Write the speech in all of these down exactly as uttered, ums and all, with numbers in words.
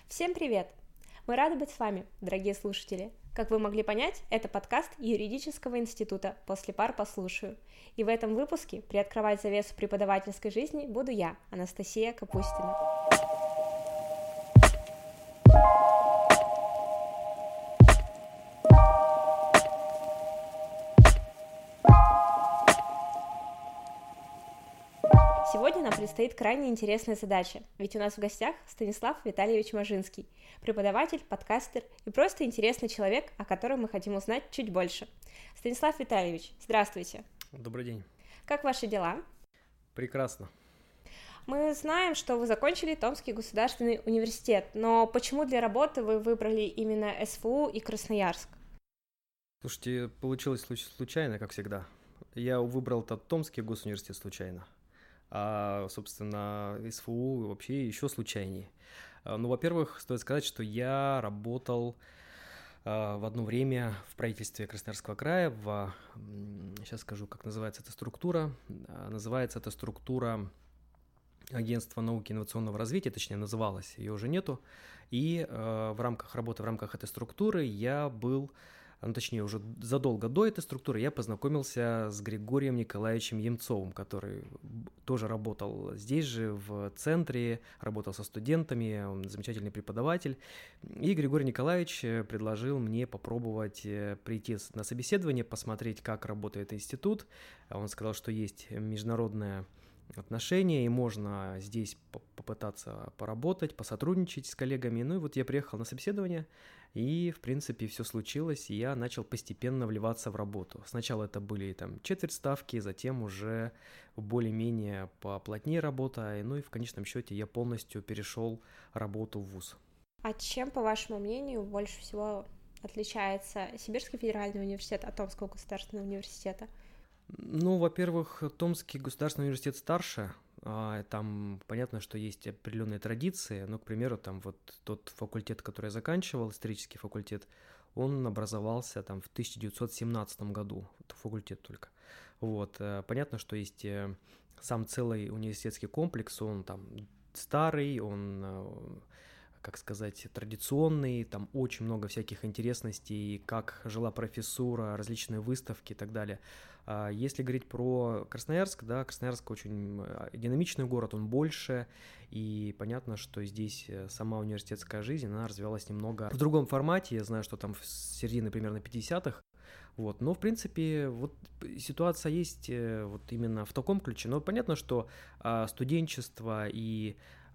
Всем привет! Мы рады быть с вами, дорогие слушатели. Как вы могли понять, это подкаст Юридического института «После пар послушаю». И в этом выпуске приоткрывать завесу преподавательской жизни буду я, Анастасия Капустина. Сегодня нам предстоит крайне интересная задача, ведь у нас в гостях Станислав Витальевич Мажинский, преподаватель, подкастер и просто интересный человек, о котором мы хотим узнать чуть больше. Станислав Витальевич, здравствуйте. Добрый день. Как ваши дела? Прекрасно. Мы знаем, что вы закончили Томский государственный университет, но почему для работы вы выбрали именно СФУ и Красноярск? Слушайте, получилось случайно, как всегда. Я выбрал тот Томский госуниверситет случайно. А, собственно, СФУ вообще еще случайнее. Ну, во-первых, стоит сказать, что я работал а, в одно время в правительстве Красноярского края, в, сейчас скажу, как называется эта структура. Называется эта структура Агентство науки и инновационного развития, точнее, называлась, ее уже нету. И а, в рамках работы, в рамках этой структуры я был... ну, точнее, уже задолго до этой структуры я познакомился с Григорием Николаевичем Емцовым, который тоже работал здесь же, в центре, работал со студентами, он замечательный преподаватель. И Григорий Николаевич предложил мне попробовать прийти на собеседование, посмотреть, как работает институт. Он сказал, что есть международное отношения, и можно здесь попытаться поработать, посотрудничать с коллегами. Ну и вот я приехал на собеседование, и, в принципе, все случилось, и я начал постепенно вливаться в работу. Сначала это были там четверть ставки, затем уже более-менее поплотнее работа, ну и в конечном счете я полностью перешел работу в вуз. А чем, по вашему мнению, больше всего отличается Сибирский федеральный университет от Томского государственного университета? Ну, во-первых, Томский государственный университет старше, там понятно, что есть определенные традиции, но, к примеру, там вот тот факультет, который я заканчивал, исторический факультет, он образовался там в тысяча девятьсот семнадцатом году, факультет только. Вот, понятно, что есть сам целый университетский комплекс, он там старый, он... как сказать, традиционный, там очень много всяких интересностей, как жила профессура, различные выставки и так далее. Если говорить про Красноярск, да, Красноярск очень динамичный город, он больше, и понятно, что здесь сама университетская жизнь, она развивалась немного в другом формате, я знаю, что там в середине примерно пятидесятых, вот, но, в принципе, вот ситуация есть вот именно в таком ключе, но понятно, что студенчество и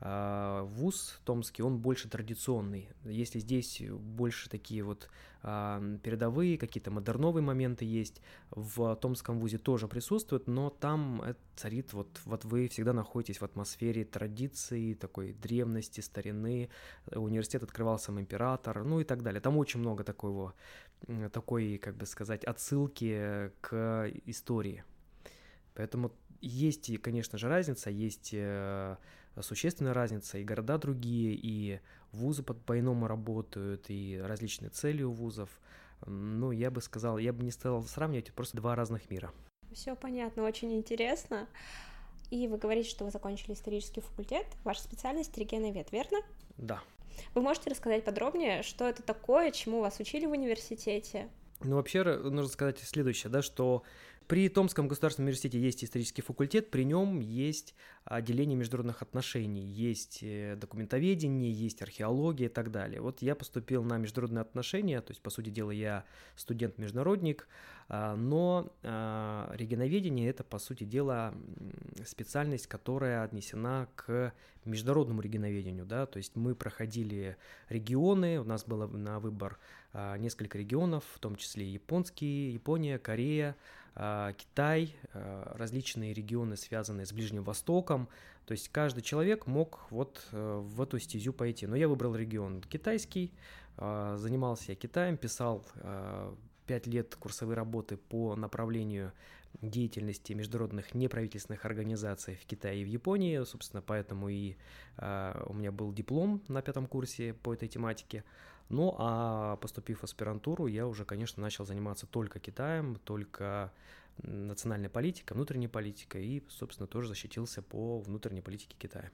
вуз томский, он больше традиционный. Если здесь больше такие вот а, передовые, какие-то модерновые моменты есть, в томском вузе тоже присутствуют, но там царит, вот, вот вы всегда находитесь в атмосфере традиции, такой древности, старины, университет открывал сам император, ну и так далее. Там очень много такого, такой, как бы сказать, отсылки к истории. Поэтому есть, конечно же, разница, есть существенная разница, и города другие, и вузы по-иному работают, и различные цели у вузов. Ну, я бы сказал, я бы не стал сравнивать, просто два разных мира. Все понятно, очень интересно. И вы говорите, что вы закончили исторический факультет, ваша специальность регионовед, верно? Да. Вы можете рассказать подробнее, что это такое, чему вас учили в университете? Ну, вообще, нужно сказать следующее, да, что при Томском государственном университете есть исторический факультет, при нем есть отделение международных отношений, есть документоведение, есть археология и так далее. Вот я поступил на международные отношения, то есть, по сути дела, я студент-международник, но регионоведение – это, по сути дела, специальность, которая отнесена к международному регионоведению, да, то есть мы проходили регионы, у нас было на выбор несколько регионов, в том числе японские, Япония, Корея, Китай, различные регионы, связанные с Ближним Востоком. То есть каждый человек мог вот в эту стезю пойти. Но я выбрал регион китайский, занимался я Китаем, писал пять лет курсовой работы по направлению деятельности международных неправительственных организаций в Китае и в Японии. Собственно, поэтому и у меня был диплом на пятом курсе по этой тематике. Ну, а поступив в аспирантуру, я уже, конечно, начал заниматься только Китаем, только национальной политикой, внутренней политикой и, собственно, тоже защитился по внутренней политике Китая.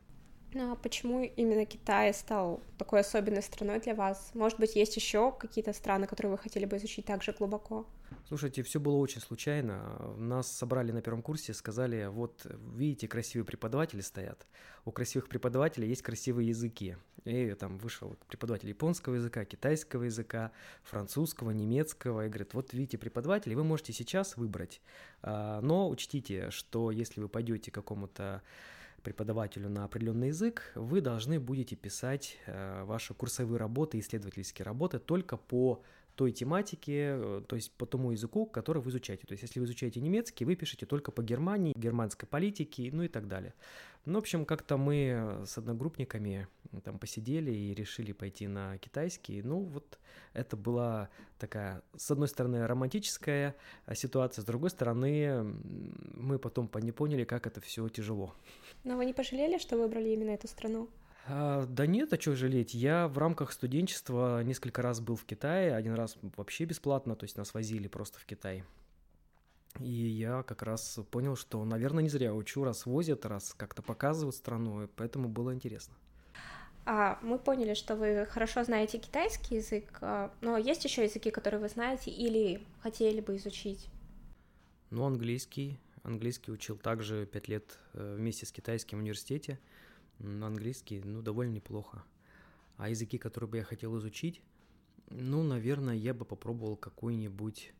Ну а почему именно Китай стал такой особенной страной для вас? Может быть, есть еще какие-то страны, которые вы хотели бы изучить так же глубоко? Слушайте, все было очень случайно. Нас собрали на первом курсе, сказали, вот видите, красивые преподаватели стоят. У красивых преподавателей есть красивые языки. И там вышел преподаватель японского языка, китайского языка, французского, немецкого. И говорит, вот видите преподавателей, вы можете сейчас выбрать. Но учтите, что если вы пойдете к какому-то преподавателю на определенный язык, вы должны будете писать ваши курсовые работы, исследовательские работы только по той тематике, то есть по тому языку, который вы изучаете. То есть если вы изучаете немецкий, вы пишете только по Германии, германской политике, ну и так далее. Ну, в общем, как-то мы с одногруппниками там посидели и решили пойти на китайский. Ну, вот это была такая, с одной стороны, романтическая ситуация, с другой стороны, мы потом не поняли, как это все тяжело. Но вы не пожалели, что выбрали именно эту страну? А, да нет, а что жалеть. Я в рамках студенчества несколько раз был в Китае, один раз вообще бесплатно, то есть нас возили просто в Китай. И я как раз понял, что, наверное, не зря учу, раз возят, раз как-то показывают страну, и поэтому было интересно. А, мы поняли, что вы хорошо знаете китайский язык, но есть еще языки, которые вы знаете или хотели бы изучить? Ну, английский. Английский учил также пять лет вместе с китайским в университете. Английский, ну, довольно неплохо. А языки, которые бы я хотел изучить, ну, наверное, я бы попробовал какой-нибудь,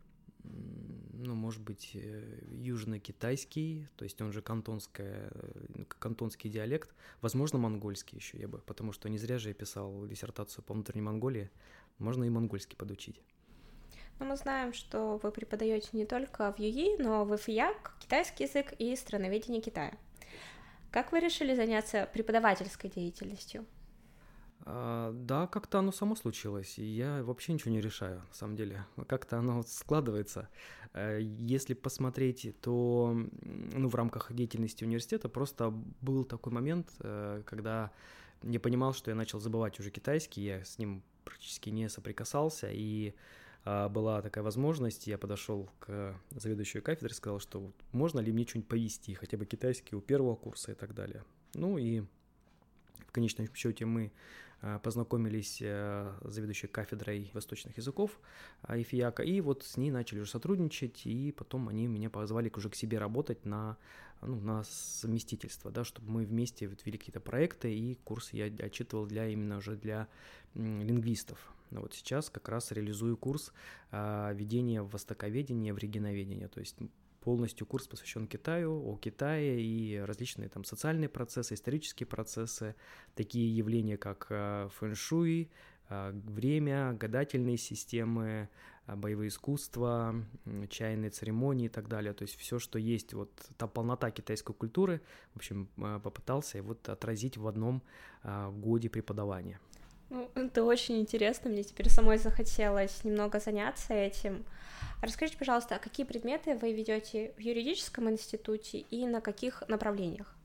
ну, может быть, южно-китайский, то есть он же кантонская, кантонский диалект, возможно, монгольский еще я бы, потому что не зря же я писал диссертацию по внутренней Монголии, можно и монгольский подучить. Но мы знаем, что вы преподаете не только в ЮИ, но и в ИФЯК, китайский язык и страноведение Китая. Как вы решили заняться преподавательской деятельностью? А, да, как-то оно само случилось, и я вообще ничего не решаю, на самом деле. Как-то оно складывается. Если посмотреть, то ну, в рамках деятельности университета просто был такой момент, когда я понимал, что я начал забывать уже китайский, я с ним практически не соприкасался, и была такая возможность, я подошел к заведующей кафедры и сказал, что можно ли мне что-нибудь повести, хотя бы китайский у первого курса и так далее. Ну и в конечном счете мы познакомились с заведующей кафедрой восточных языков ИФИАКа, и вот с ней начали уже сотрудничать, и потом они меня позвали уже к себе работать на, ну, на совместительство, да, чтобы мы вместе вели какие-то проекты, и курс я отчитывал для, именно уже для лингвистов. Вот сейчас как раз реализую курс а, ведения в востоковедения, в регионоведения, то есть полностью курс посвящен Китаю, о Китае и различные там социальные процессы, исторические процессы, такие явления, как а, фэн-шуй, а, время, гадательные системы, а, боевые искусства, чайные церемонии и так далее. То есть все, что есть, вот та полнота китайской культуры, в общем, попытался вот отразить в одном а, годе преподавания. Ну, это очень интересно, мне теперь самой захотелось немного заняться этим. Расскажите, пожалуйста, а какие предметы вы ведете в юридическом институте и на каких направлениях?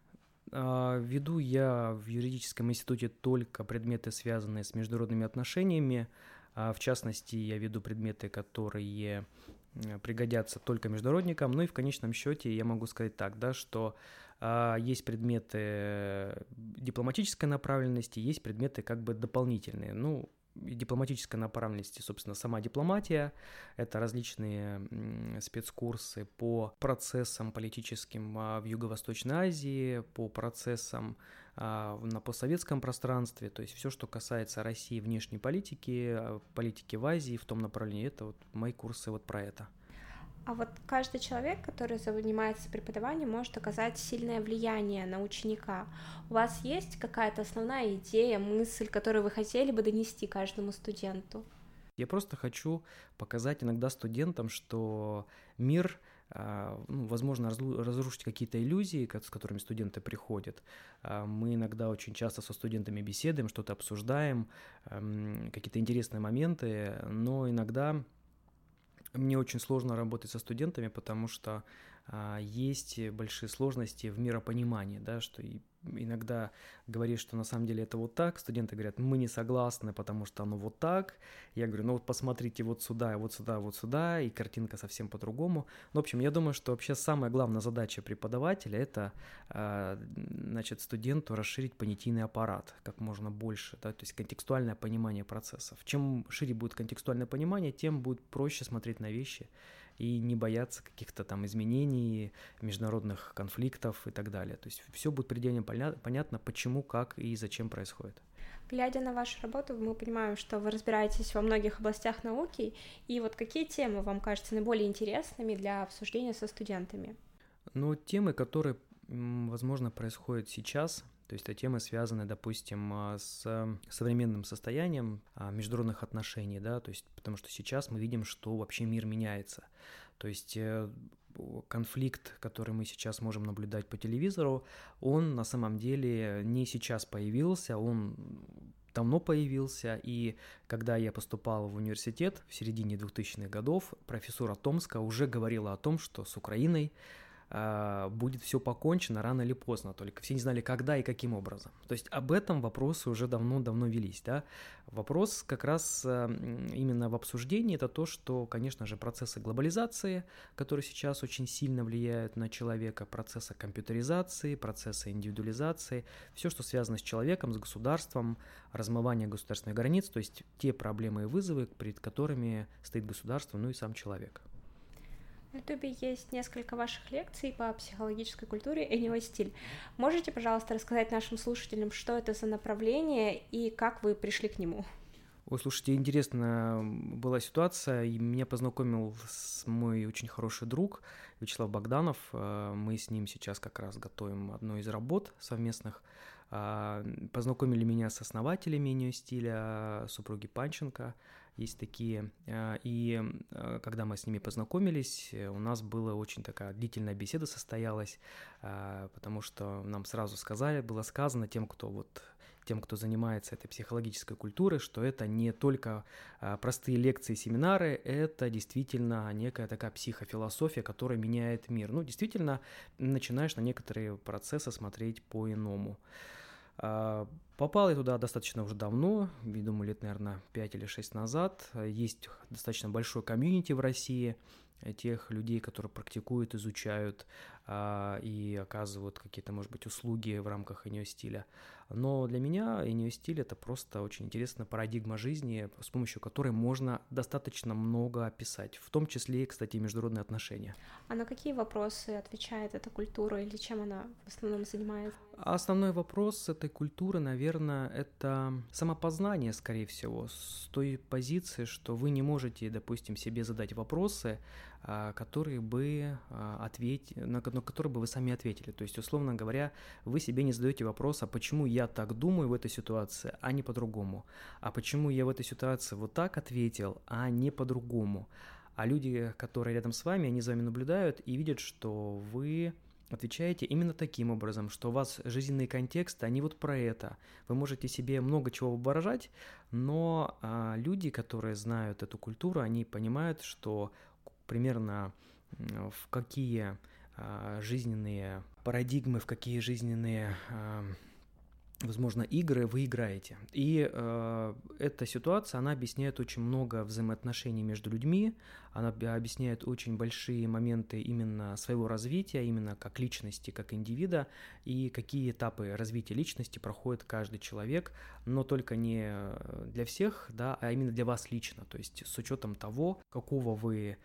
А, веду я в юридическом институте только предметы, связанные с международными отношениями. А, в частности, я веду предметы, которые пригодятся только международникам. Ну и в конечном счете я могу сказать так, да, что а, есть предметы дипломатической направленности, есть предметы как бы дополнительные. Ну, дипломатической направленности, собственно, сама дипломатия, это различные спецкурсы по процессам политическим в Юго-Восточной Азии, по процессам на постсоветском пространстве, то есть все, что касается России, внешней политики, политики в Азии, в том направлении, это вот мои курсы вот про это. А вот каждый человек, который занимается преподаванием, может оказать сильное влияние на ученика. У вас есть какая-то основная идея, мысль, которую вы хотели бы донести каждому студенту? Я просто хочу показать иногда студентам, что мир, ну, возможно, разрушить какие-то иллюзии, с которыми студенты приходят. Мы иногда очень часто со студентами беседуем, что-то обсуждаем, какие-то интересные моменты, но иногда мне очень сложно работать со студентами, потому что а, есть большие сложности в миропонимании, да, что и иногда говоришь, что на самом деле это вот так, студенты говорят, мы не согласны, потому что оно вот так. Я говорю, ну вот посмотрите вот сюда, вот сюда, вот сюда, и картинка совсем по-другому. Ну, в общем, я думаю, что вообще самая главная задача преподавателя – это, значит, студенту расширить понятийный аппарат как можно больше, да, то есть контекстуальное понимание процессов. Чем шире будет контекстуальное понимание, тем будет проще смотреть на вещи и не бояться каких-то там изменений, международных конфликтов и так далее. То есть все будет предельно понятно, почему, как и зачем происходит. Глядя на вашу работу, мы понимаем, что вы разбираетесь во многих областях науки, и вот какие темы вам кажутся наиболее интересными для обсуждения со студентами? Ну, темы, которые, возможно, происходят сейчас, то есть это темы, связанные, допустим, с современным состоянием международных отношений, да, то есть потому что сейчас мы видим, что вообще мир меняется. То есть конфликт, который мы сейчас можем наблюдать по телевизору, он на самом деле не сейчас появился, он давно появился, и когда я поступал в университет в середине двухтысячных годов, профессура Томска уже говорила о том, что с Украиной будет все покончено рано или поздно, только все не знали, когда и каким образом. То есть об этом вопросы уже давно-давно велись, да. Вопрос как раз именно в обсуждении – это то, что, конечно же, процессы глобализации, которые сейчас очень сильно влияют на человека, процессы компьютеризации, процессы индивидуализации, все, что связано с человеком, с государством, размывание государственных границ, то есть те проблемы и вызовы, перед которыми стоит государство, ну и сам человек. На Ютубе есть несколько ваших лекций по психологической культуре и неостиль. Можете, пожалуйста, рассказать нашим слушателям, что это за направление и как вы пришли к нему? Ой, слушайте, интересная была ситуация, и меня познакомил с мой очень хороший друг Вячеслав Богданов. Мы с ним сейчас как раз готовим одну из работ совместных. Познакомили меня с основателями неостиля, супруги Панченко. Есть такие, и когда мы с ними познакомились, у нас была очень такая длительная беседа состоялась, потому что нам сразу сказали, было сказано тем, кто вот тем, кто занимается этой психологической культурой, что это не только простые лекции, семинары, это действительно некая такая психофилософия, которая меняет мир. Ну, действительно, начинаешь на некоторые процессы смотреть по-иному. Попал я туда достаточно уже давно, я думаю, лет, наверное, пять или шесть назад. Есть достаточно большой комьюнити в России тех людей, которые практикуют, изучают а, и оказывают какие-то, может быть, услуги в рамках неостиля. Но для меня неостиль – это просто очень интересная парадигма жизни, с помощью которой можно достаточно много описать, в том числе, кстати, и международные отношения. А на какие вопросы отвечает эта культура или чем она в основном занимается? Основной вопрос этой культуры, наверное, это самопознание, скорее всего, с той позиции, что вы не можете, допустим, себе задать вопросы, которые бы ответили, на которые бы вы сами ответили. То есть, условно говоря, вы себе не задаете вопрос, а почему я так думаю в этой ситуации, а не по-другому? А почему я в этой ситуации вот так ответил, а не по-другому? А люди, которые рядом с вами, они за вами наблюдают и видят, что вы отвечаете именно таким образом, что у вас жизненный контекст, они вот про это. Вы можете себе много чего выражать, но а, люди, которые знают эту культуру, они понимают, что примерно в какие а, жизненные парадигмы, в какие жизненные, а, возможно, игры вы играете. И э, эта ситуация, она объясняет очень много взаимоотношений между людьми, она объясняет очень большие моменты именно своего развития, именно как личности, как индивида, и какие этапы развития личности проходит каждый человек, но только не для всех, да, а именно для вас лично, то есть с учетом того, какого вы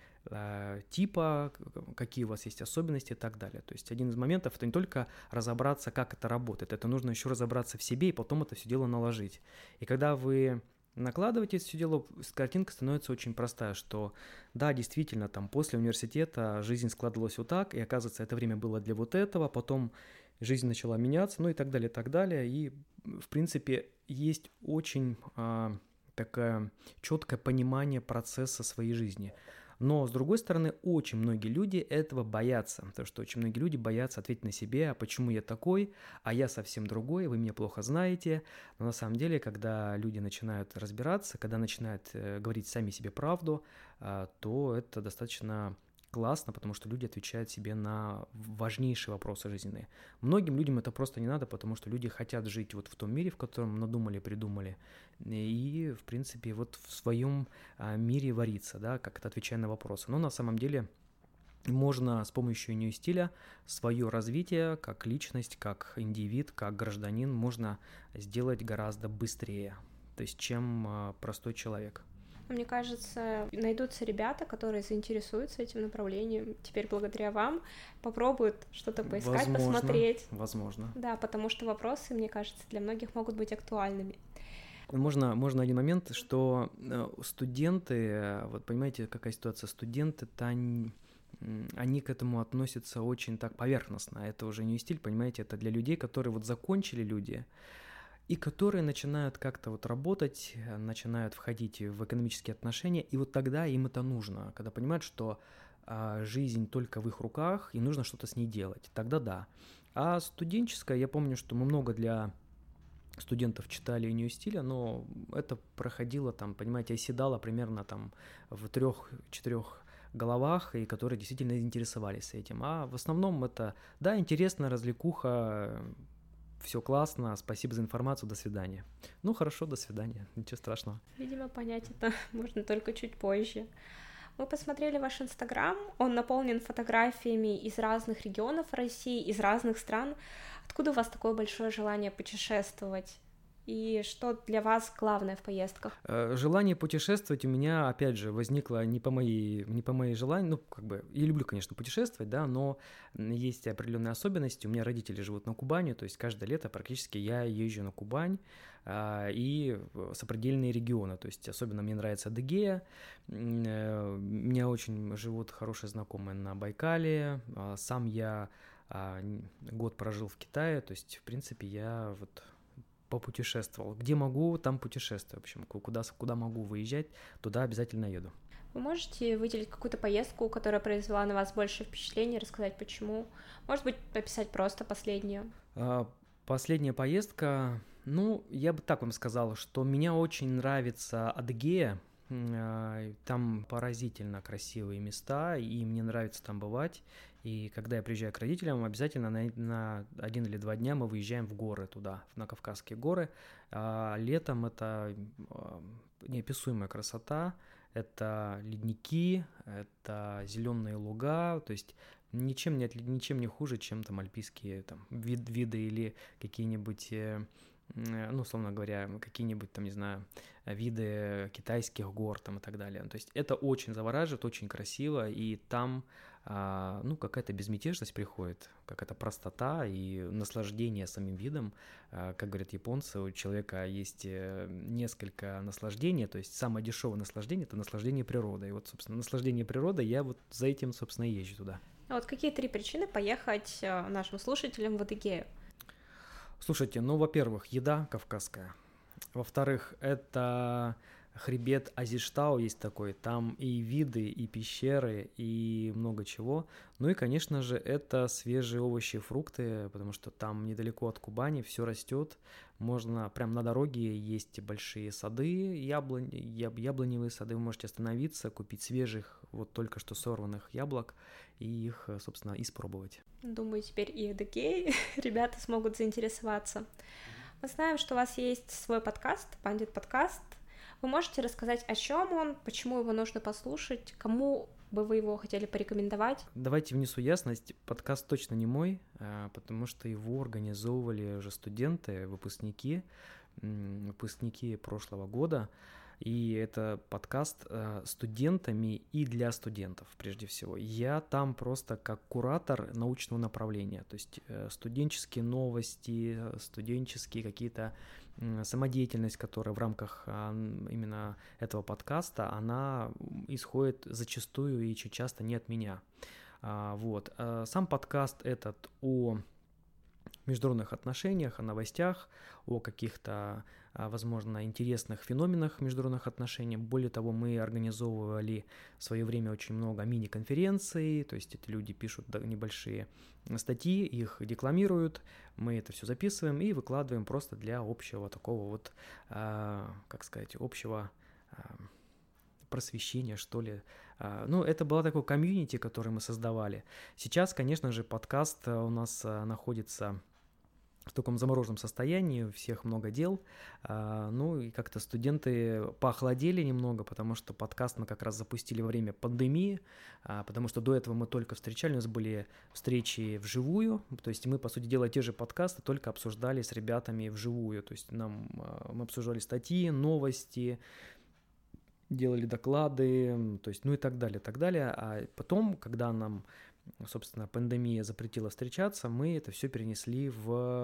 типа, какие у вас есть особенности и так далее. То есть один из моментов – это не только разобраться, как это работает, это нужно еще разобраться в себе и потом это все дело наложить. И когда вы накладываете это все дело, картинка становится очень простая, что да, действительно, там после университета жизнь складывалась вот так, и оказывается, это время было для вот этого, потом жизнь начала меняться, ну и так далее, и так далее. И, в принципе, есть очень а, такое четкое понимание процесса своей жизни. Но, с другой стороны, очень многие люди этого боятся, потому что очень многие люди боятся ответить на себе, а почему я такой, а я совсем другой, вы меня плохо знаете. Но на самом деле, когда люди начинают разбираться, когда начинают э, говорить сами себе правду, э, то это достаточно классно, потому что люди отвечают себе на важнейшие вопросы жизненные. Многим людям это просто не надо, потому что люди хотят жить вот в том мире, в котором надумали, придумали, и, в принципе, вот в своем мире вариться, да, как-то отвечая на вопросы. Но на самом деле можно с помощью нью-стиля свое развитие как личность, как индивид, как гражданин можно сделать гораздо быстрее, то есть чем простой человек. Мне кажется, найдутся ребята, которые заинтересуются этим направлением. Теперь благодаря вам попробуют что-то поискать, возможно, посмотреть. Возможно. Да, потому что вопросы, мне кажется, для многих могут быть актуальными. Можно, можно один момент, что студенты, вот понимаете, какая ситуация, студенты-то они, они к этому относятся очень так поверхностно. Это уже не стиль, понимаете, это для людей, которые вот закончили люди, и которые начинают как-то вот работать, начинают входить в экономические отношения, и вот тогда им это нужно, когда понимают, что а, жизнь только в их руках, и нужно что-то с ней делать, тогда да. А студенческая, я помню, что мы много для студентов читали нью-стиля, но это проходило там, понимаете, оседало примерно там в трех-четырех головах, и которые действительно интересовались этим. А в основном это, да, интересно, развлекуха, все классно, спасибо за информацию, до свидания. Ну хорошо, до свидания, ничего страшного. Видимо, понять это можно только чуть позже. Мы посмотрели ваш Инстаграм, он наполнен фотографиями из разных регионов России, из разных стран. Откуда у вас такое большое желание путешествовать? И что для вас главное в поездках? Желание путешествовать у меня, опять же, возникло не по моей, не по моей желанию, ну, как бы, я люблю, конечно, путешествовать, да, но есть определенные особенности. У меня родители живут на Кубани, то есть каждое лето практически я езжу на Кубань а, и сопредельные регионы, то есть особенно мне нравится Адыгея, у меня очень живут хорошие знакомые на Байкале, сам я а, год прожил в Китае, то есть, в принципе, я вот попутешествовал. Где могу, там путешествую. В общем, куда, куда могу выезжать, туда обязательно еду. Вы можете выделить какую-то поездку, которая произвела на вас больше впечатлений, рассказать почему? Может быть, описать просто последнюю? А, последняя поездка, ну, я бы так вам сказал, что мне очень нравится Адыгея. Там поразительно красивые места, и мне нравится там бывать. И когда я приезжаю к родителям, обязательно на, на один или два дня мы выезжаем в горы туда, на Кавказские горы. А летом это неописуемая красота, это ледники, это зеленые луга, то есть ничем не, ничем не хуже, чем там альпийские там, вид, виды или какие-нибудь, ну, условно говоря, какие-нибудь там, не знаю, виды китайских гор там и так далее. То есть это очень завораживает, очень красиво, и там а, ну, какая-то безмятежность приходит, какая-то простота и наслаждение самим видом. А, как говорят японцы, у человека есть несколько наслаждений, то есть самое дешевое наслаждение – это наслаждение природой. И вот, собственно, наслаждение природой, я вот за этим, собственно, и езжу туда. А вот какие три причины поехать нашим слушателям в Адыгею? Слушайте, ну, во-первых, еда кавказская. Во-вторых, это хребет Азиштау есть такой, там и виды, и пещеры, и много чего. Ну и, конечно же, это свежие овощи и фрукты, потому что там недалеко от Кубани все растет. Можно прямо на дороге есть большие сады, яблонь, яблоневые сады, вы можете остановиться, купить свежих, вот только что сорванных яблок и их, собственно, испробовать. Думаю, теперь и Адыгеей ребята смогут заинтересоваться. Мы знаем, что у вас есть свой подкаст, Пандит подкаст. Вы можете рассказать, о чем он, почему его нужно послушать, кому бы вы его хотели порекомендовать? Давайте внесу ясность. Подкаст точно не мой, потому что его организовывали уже студенты, выпускники, выпускники прошлого года. И это подкаст студентами и для студентов, прежде всего. Я там просто как куратор научного направления, то есть студенческие новости, студенческие какие-то самодеятельность, которая в рамках именно этого подкаста, она исходит зачастую и очень часто не от меня. Вот. Сам подкаст этот о международных отношениях, о новостях, о каких-то, возможно, интересных феноменах международных отношений. Более того, мы организовывали в свое время очень много мини-конференций, то есть эти люди пишут небольшие статьи, их декламируют, мы это все записываем и выкладываем просто для общего такого вот, как сказать, общего просвещения, что ли. Ну, это было такое комьюнити, которое мы создавали. Сейчас, конечно же, подкаст у нас находится в таком замороженном состоянии, у всех много дел, ну и как-то студенты поохладели немного, потому что подкаст мы как раз запустили во время пандемии, потому что до этого мы только встречали, у нас были встречи вживую, то есть мы, по сути дела, те же подкасты только обсуждали с ребятами вживую, то есть нам, мы обсуждали статьи, новости, делали доклады, то есть, ну и так далее, так далее, а потом, когда нам собственно, пандемия запретила встречаться, мы это все перенесли в,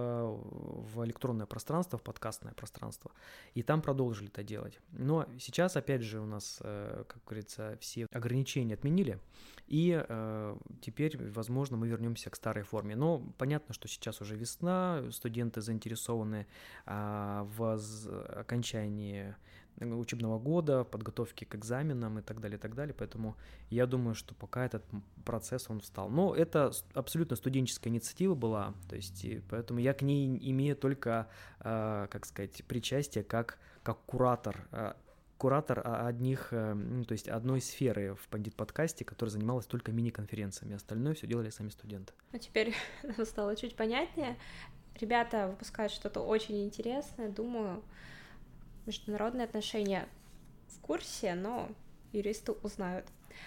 в электронное пространство, в подкастное пространство, и там продолжили это делать. Но сейчас, опять же, у нас, как говорится, все ограничения отменили, и э, теперь, возможно, мы вернемся к старой форме. Но понятно, что сейчас уже весна, студенты заинтересованы э, в окончании учебного года, подготовки к экзаменам и так далее, и так далее, поэтому я думаю, что пока этот процесс, он встал. Но это абсолютно студенческая инициатива была, то есть, и поэтому я к ней имею только, э, как сказать, причастие как, как куратор, э, куратор одних, э, ну, то есть одной сферы в Пандит-подкасте, которая занималась только мини-конференциями, остальное все делали сами студенты. Ну, теперь нам стало чуть понятнее. Ребята выпускают что-то очень интересное, думаю, международные отношения в курсе, но юристы узнают.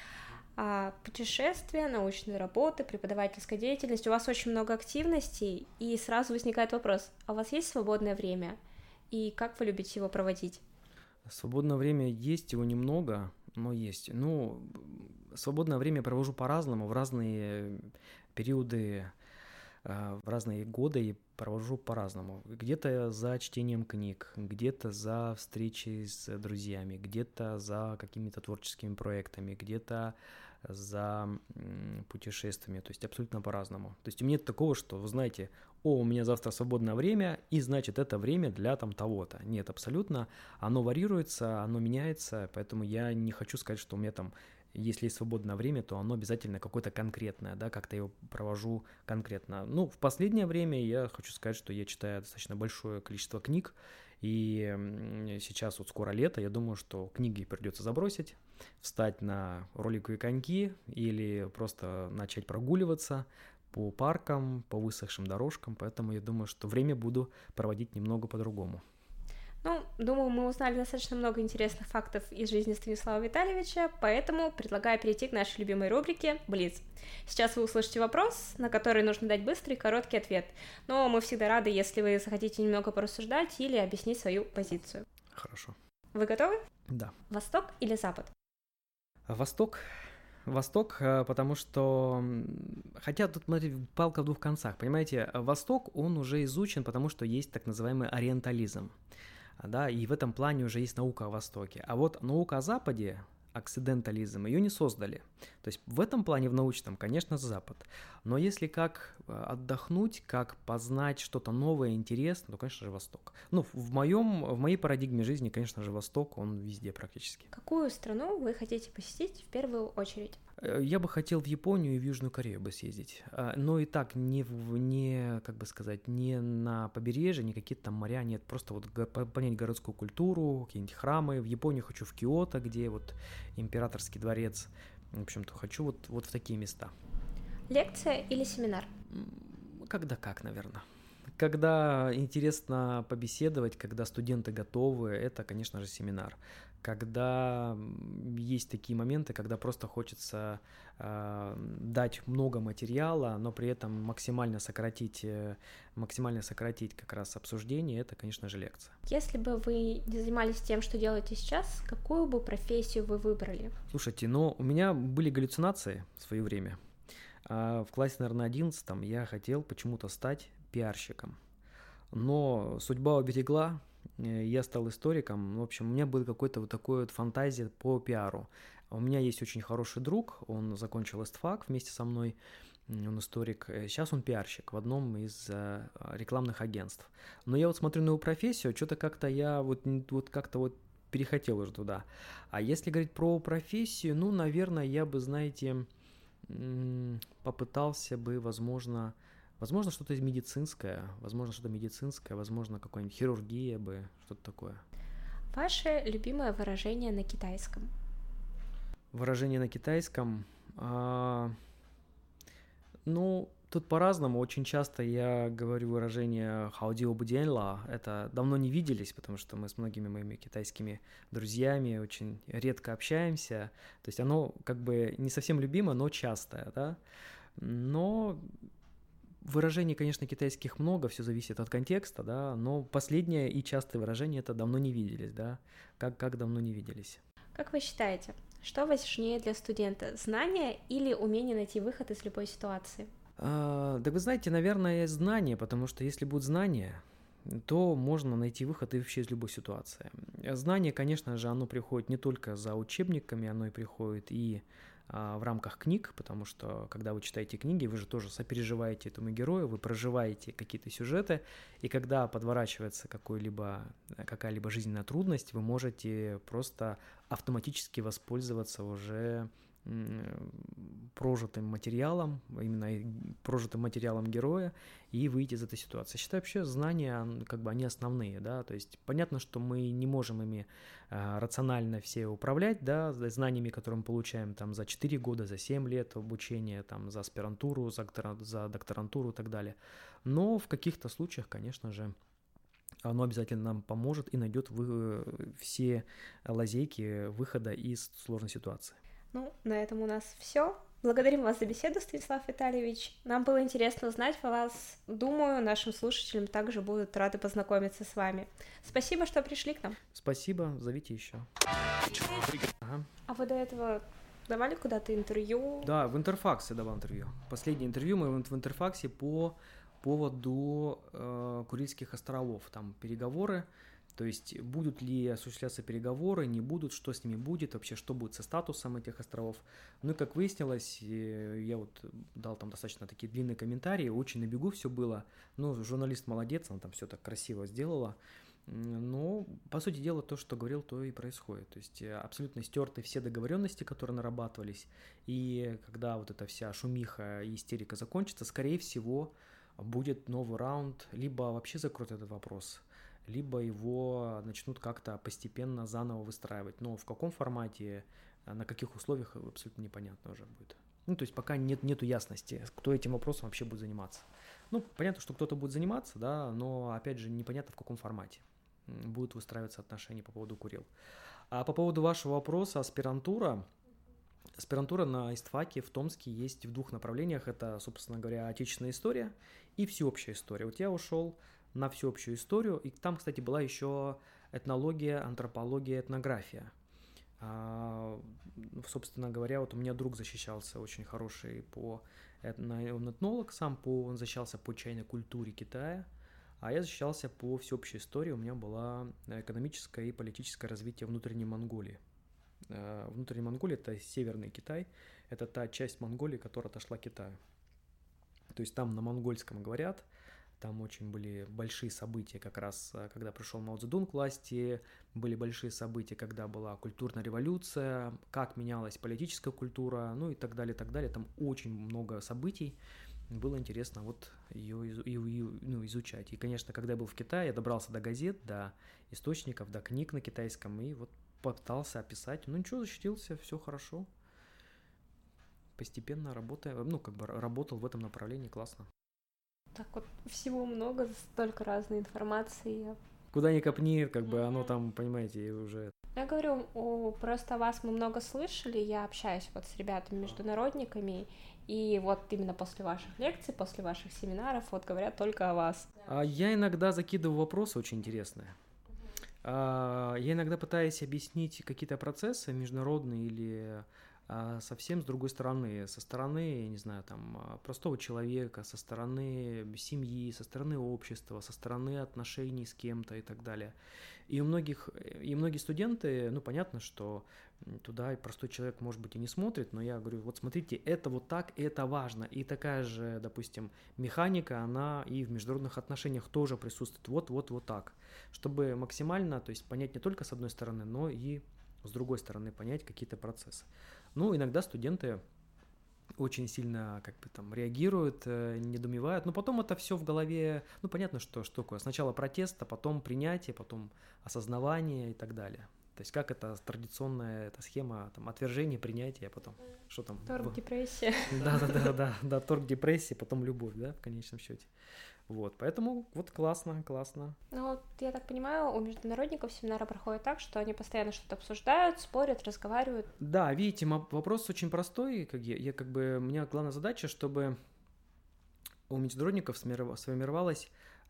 А путешествия, научные работы, преподавательская деятельность. У вас очень много активностей, и сразу возникает вопрос, а у вас есть свободное время? И как вы любите его проводить? Свободное время есть, его немного, но есть. Ну, свободное время провожу по-разному, в разные периоды, в разные годы и провожу по-разному. Где-то за чтением книг, где-то за встречей с друзьями, где-то за какими-то творческими проектами, где-то за путешествиями, то есть абсолютно по-разному. То есть у меня нет такого, что, вы знаете, о, у меня завтра свободное время, и значит это время для там того-то. Нет, абсолютно. Оно варьируется, оно меняется, поэтому я не хочу сказать, что у меня там, если есть свободное время, то оно обязательно какое-то конкретное, да, как-то я его провожу конкретно. Ну, в последнее время я хочу сказать, что я читаю достаточно большое количество книг, и сейчас вот скоро лето, я думаю, что книги придется забросить, встать на роликовые коньки или просто начать прогуливаться по паркам, по высохшим дорожкам, поэтому я думаю, что время буду проводить немного по-другому. Ну, думаю, мы узнали достаточно много интересных фактов из жизни Станислава Витальевича, поэтому предлагаю перейти к нашей любимой рубрике «Блиц». Сейчас вы услышите вопрос, на который нужно дать быстрый и короткий ответ, но мы всегда рады, если вы захотите немного порассуждать или объяснить свою позицию. Хорошо. Вы готовы? Да. Восток или Запад? Восток. Восток, потому что, хотя тут, смотрите, палка в двух концах, понимаете, Восток, он уже изучен, потому что есть так называемый ориентализм. Да, и в этом плане уже есть наука о Востоке. А вот наука о Западе, оксидентализм, ее не создали. То есть в этом плане, в научном, конечно, Запад. Но если как отдохнуть, как познать что-то новое, интересное, то, конечно же, Восток. Ну, в, моем, в моей парадигме жизни, конечно же, Восток, он везде практически. Какую страну вы хотите посетить в первую очередь? Я бы хотел в Японию и в Южную Корею бы съездить, но и так не, в, не, как бы сказать, не на побережье, не какие-то там моря, нет, просто вот понять городскую культуру, какие-нибудь храмы. В Японию хочу в Киото, где вот императорский дворец, в общем-то, хочу вот, вот в такие места. Лекция или семинар? Когда как, наверное. Когда интересно побеседовать, когда студенты готовы, это, конечно же, семинар. Когда есть такие моменты, когда просто хочется э, дать много материала, но при этом максимально сократить, э, максимально сократить как раз обсуждение, это, конечно же, лекция. Если бы вы не занимались тем, что делаете сейчас, какую бы профессию вы выбрали? Слушайте, ну, у меня были галлюцинации в свое время. В классе, наверное, одиннадцатом я хотел почему-то стать пиарщиком. Но судьба уберегла, я стал историком. В общем, у меня была какая-то вот такая вот фантазия по пиару. У меня есть очень хороший друг, он закончил эстфак вместе со мной, он историк. Сейчас он пиарщик в одном из рекламных агентств. Но я вот смотрю на его профессию, что-то как-то я вот, вот как-то вот перехотел уже туда. А если говорить про профессию, ну, наверное, я бы, знаете, попытался бы, возможно, возможно, что-то медицинское, возможно, что-то медицинское, возможно, какая-нибудь хирургия бы, что-то такое. Ваше любимое выражение на китайском? Выражение на китайском. А, ну, тут по-разному. Очень часто я говорю выражение «хаодио будяньла». Это давно не виделись, потому что мы с многими моими китайскими друзьями очень редко общаемся. То есть оно как бы не совсем любимо, но частое, да. Но выражений, конечно, китайских много, все зависит от контекста, да, но последнее и частое выражение — это «давно не виделись», да, как, как давно не виделись. Как вы считаете, что важнее для студента, знание или умение найти выход из любой ситуации? А, да вы знаете, наверное, знание, потому что если будут знания, то можно найти выход и вообще из любой ситуации. Знание, конечно же, оно приходит не только за учебниками, оно и приходит и в рамках книг, потому что, когда вы читаете книги, вы же тоже сопереживаете этому герою, вы проживаете какие-то сюжеты, и когда подворачивается какой-либо, какая-либо жизненная трудность, вы можете просто автоматически воспользоваться уже прожитым материалом, именно прожитым материалом героя, и выйти из этой ситуации. Я считаю, вообще знания, как бы, они основные, да, то есть понятно, что мы не можем ими а, рационально все управлять, да, знаниями, которые мы получаем там за четыре года, за семь лет обучения, там, за аспирантуру, за, за докторантуру и так далее, но в каких-то случаях, конечно же, оно обязательно нам поможет и найдет вы, все лазейки выхода из сложной ситуации. Ну, на этом у нас все. Благодарим вас за беседу, Станислав Витальевич. Нам было интересно узнать о вас. Думаю, нашим слушателям также будут рады познакомиться с вами. Спасибо, что пришли к нам. Спасибо, зовите еще. Ага. А вы до этого давали куда-то интервью? Да, в Интерфаксе давал интервью. Последнее интервью мы в Интерфаксе по поводу э, Курильских островов. Там переговоры. То есть будут ли осуществляться переговоры, не будут, что с ними будет, вообще что будет со статусом этих островов. Ну и как выяснилось, я вот дал там достаточно такие длинные комментарии, очень на бегу все было. Ну, журналист молодец, она там все так красиво сделала. Но, по сути дела, то, что говорил, то и происходит. То есть абсолютно стерты все договоренности, которые нарабатывались. И когда вот эта вся шумиха и истерика закончится, скорее всего, будет новый раунд, либо вообще закроют этот вопрос, либо его начнут как-то постепенно заново выстраивать. Но в каком формате, на каких условиях, абсолютно непонятно уже будет. Ну, то есть пока нет, нету ясности, кто этим вопросом вообще будет заниматься. Ну, понятно, что кто-то будет заниматься, да, но, опять же, непонятно, в каком формате будут выстраиваться отношения по поводу Курил. А по поводу вашего вопроса, аспирантура. Аспирантура на ИСТФАКе в Томске есть в двух направлениях. Это, собственно говоря, отечественная история и всеобщая история. Вот я ушел на всеобщую историю, и там, кстати, была еще этнология, антропология, этнография. А, собственно говоря, вот у меня друг защищался очень хороший по этно, он этнолог сам, по, он защищался по чайной культуре Китая, а я защищался по всеобщей истории. У меня была экономическое и политическое развитие внутренней Монголии. Внутренняя Монголия – это северный Китай, это та часть Монголии, которая отошла к Китаю. То есть там на монгольском говорят, там очень были большие события, как раз когда пришел Мао Цзэдун к власти, были большие события, когда была культурная революция, как менялась политическая культура, ну и так далее, так далее. Там очень много событий, было интересно вот ее, ее ну, изучать. И, конечно, когда я был в Китае, я добрался до газет, до источников, до книг на китайском, и вот пытался описать. Ну ничего, защитился, все хорошо. Постепенно работая, ну как бы работал в этом направлении, классно. Так вот, всего много, столько разной информации. Куда ни копни, как бы оно там, понимаете, уже... Я говорю, о, просто о вас мы много слышали, я общаюсь вот с ребятами-международниками, и вот именно после ваших лекций, после ваших семинаров, вот говорят только о вас. А я иногда закидываю вопросы очень интересные. А, я иногда пытаюсь объяснить какие-то процессы международные или... совсем с другой стороны, со стороны, я не знаю, там, простого человека, со стороны семьи, со стороны общества, со стороны отношений с кем-то и так далее. И у многих, и многие студенты, ну, понятно, что туда и простой человек, может быть, и не смотрит, но я говорю, вот смотрите, это вот так, и это важно. И такая же, допустим, механика, она и в международных отношениях тоже присутствует. Вот, вот, вот так. Чтобы максимально, то есть понять не только с одной стороны, но и с другой стороны понять какие-то процессы. Ну, иногда студенты очень сильно как бы там реагируют, недоумевают, но потом это все в голове, ну, понятно, что, что такое. Сначала протест, а потом принятие, потом осознавание и так далее. То есть как это традиционная эта схема там, отвержения, принятия, а потом что там? Торг, депрессия. Да-да-да, да, торг, депрессия, потом любовь, да, в конечном счете. Вот, поэтому вот классно, классно. Ну, вот, я так понимаю, у международников семинары проходят так, что они постоянно что-то обсуждают, спорят, разговаривают. Да, видите, вопрос очень простой. Как я, я как бы, у меня главная задача, чтобы у международников сформировалось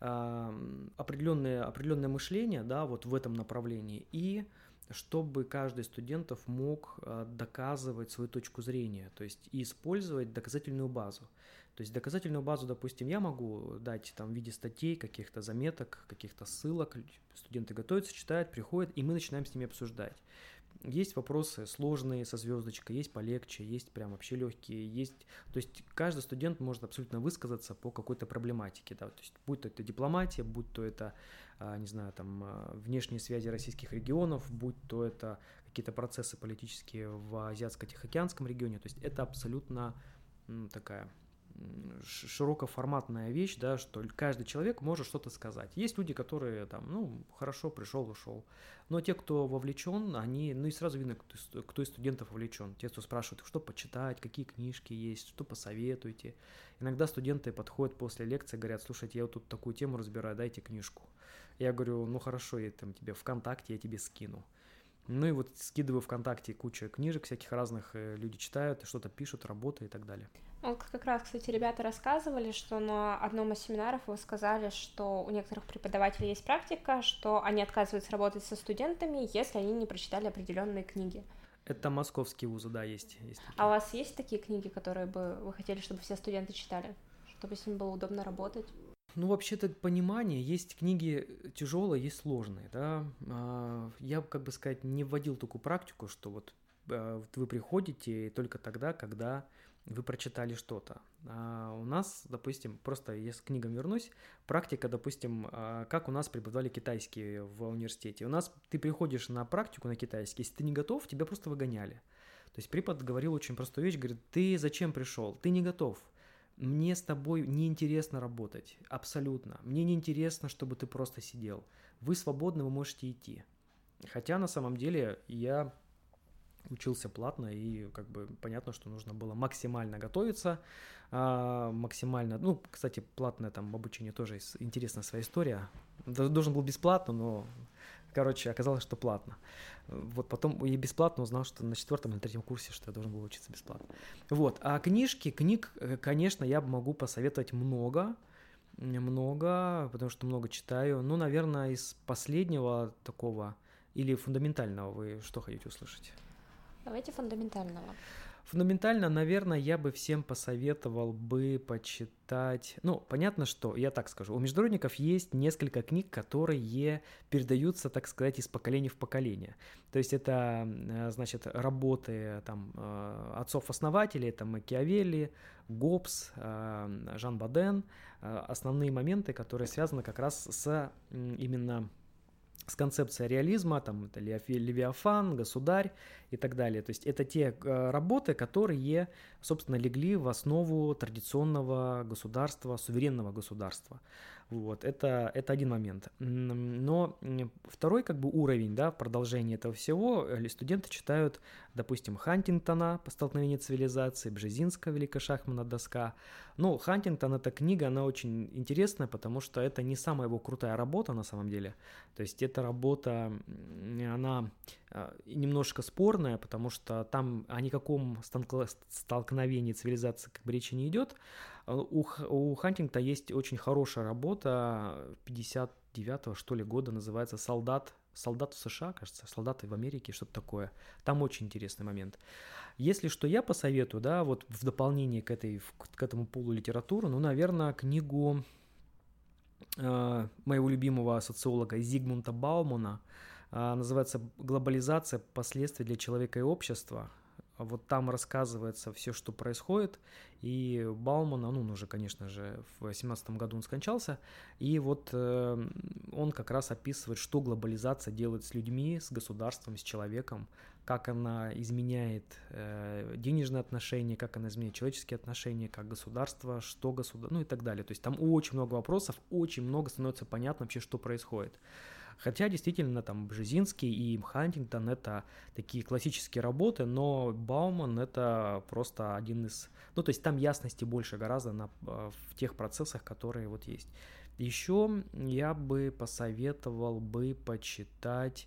э, определенное, определенное мышление, да, вот в этом направлении, и чтобы каждый из студентов мог э, доказывать свою точку зрения, то есть и использовать доказательную базу. То есть доказательную базу, допустим, я могу дать там в виде статей, каких-то заметок, каких-то ссылок, студенты готовятся, читают, приходят, и мы начинаем с ними обсуждать. Есть вопросы сложные со звездочкой, есть полегче, есть прям вообще легкие, есть, то есть каждый студент может абсолютно высказаться по какой-то проблематике, да, то есть будь то это дипломатия, будь то это, не знаю, там внешние связи российских регионов, будь то это какие-то процессы политические в Азиатско-Тихоокеанском регионе, то есть это абсолютно ну, такая широкоформатная вещь, да, что каждый человек может что-то сказать. Есть люди, которые там, ну, хорошо, пришел, ушел. Но те, кто вовлечен, они, ну и сразу видно, кто, кто из студентов вовлечен. Те, кто спрашивают, что почитать, какие книжки есть, что посоветуете. Иногда студенты подходят после лекции, говорят, слушайте, я вот тут такую тему разбираю, дайте книжку. Я говорю, ну хорошо, я там тебе ВКонтакте, я тебе скину. Ну и вот скидываю ВКонтакте кучу книжек всяких разных, люди читают, что-то пишут, работают и так далее. Ну, как раз, кстати, ребята рассказывали, что на одном из семинаров вы сказали, что у некоторых преподавателей есть практика, что они отказываются работать со студентами, если они не прочитали определенные книги. Это московские вузы, да, есть. есть а у вас есть такие книги, которые бы вы хотели, чтобы все студенты читали, чтобы с ними было удобно работать? Ну, вообще-то понимание, есть книги тяжелые, есть сложные, да. Я, как бы сказать, не вводил такую практику, что вот вы приходите только тогда, когда вы прочитали что-то. А у нас, допустим, просто я с книгам вернусь, практика, допустим, как у нас преподавали китайский в университете. У нас ты приходишь на практику на китайский, если ты не готов, тебя просто выгоняли. То есть препод говорил очень простую вещь, говорит, ты зачем пришел? Ты не готов. Мне с тобой неинтересно работать, абсолютно. Мне неинтересно, чтобы ты просто сидел. Вы свободны, вы можете идти. Хотя на самом деле я учился платно, и как бы понятно, что нужно было максимально готовиться, максимально, ну, кстати, платное там обучение тоже интересная своя история. Должен был бесплатно, но, короче, оказалось, что платно. Вот потом я бесплатно узнал, что на четвертом или третьем курсе, что я должен был учиться бесплатно. Вот, а книжки, книг, конечно, я могу посоветовать много, много, потому что много читаю. Ну, наверное, из последнего такого или фундаментального вы что хотите услышать? Давайте фундаментального. Фундаментально, наверное, я бы всем посоветовал бы почитать... Ну, понятно, что, я так скажу, у международников есть несколько книг, которые передаются, так сказать, из поколения в поколение. То есть это, значит, работы там, отцов-основателей, это Макиавелли, Гоббс, Жан Боден, основные моменты, которые связаны как раз с именно... с концепцией реализма, там это Левиафан, Государь и так далее. То есть это те работы, которые, собственно, легли в основу традиционного государства, суверенного государства. Вот, это, это один момент. Но второй как бы уровень, да, в продолжении этого всего, студенты читают, допустим, Хантингтона «Столкновение цивилизаций», Бжезинского «Великая шахматная доска». Ну, Хантингтон, эта книга, она очень интересная, потому что это не самая его крутая работа на самом деле. То есть эта работа, она немножко спорная, потому что там о никаком столкновении цивилизации как бы речи не идет. У, у Хантингтона есть очень хорошая работа пятьдесят девятого, что ли, года, называется «Солдат». Солдат в США, кажется, солдаты в Америке, что-то такое. Там очень интересный момент. Если что я посоветую, да, вот в дополнение к, этой, к этому пулу литературы, ну, наверное, книгу э, моего любимого социолога Зигмунда Баумана, э, называется «Глобализация. Последствия для человека и общества». Вот там рассказывается все, что происходит, и Бауман, ну, он уже, конечно же, в семнадцатом году он скончался, и вот э, он как раз описывает, что глобализация делает с людьми, с государством, с человеком, как она изменяет э, денежные отношения, как она изменяет человеческие отношения, как государство, что государство, ну и так далее. То есть там очень много вопросов, очень много становится понятно вообще, что происходит. Хотя действительно там Бжезинский и Хантингтон — это такие классические работы, но Бауман — это просто один из... Ну, то есть там ясности больше гораздо на, в тех процессах, которые вот есть. Еще я бы посоветовал бы почитать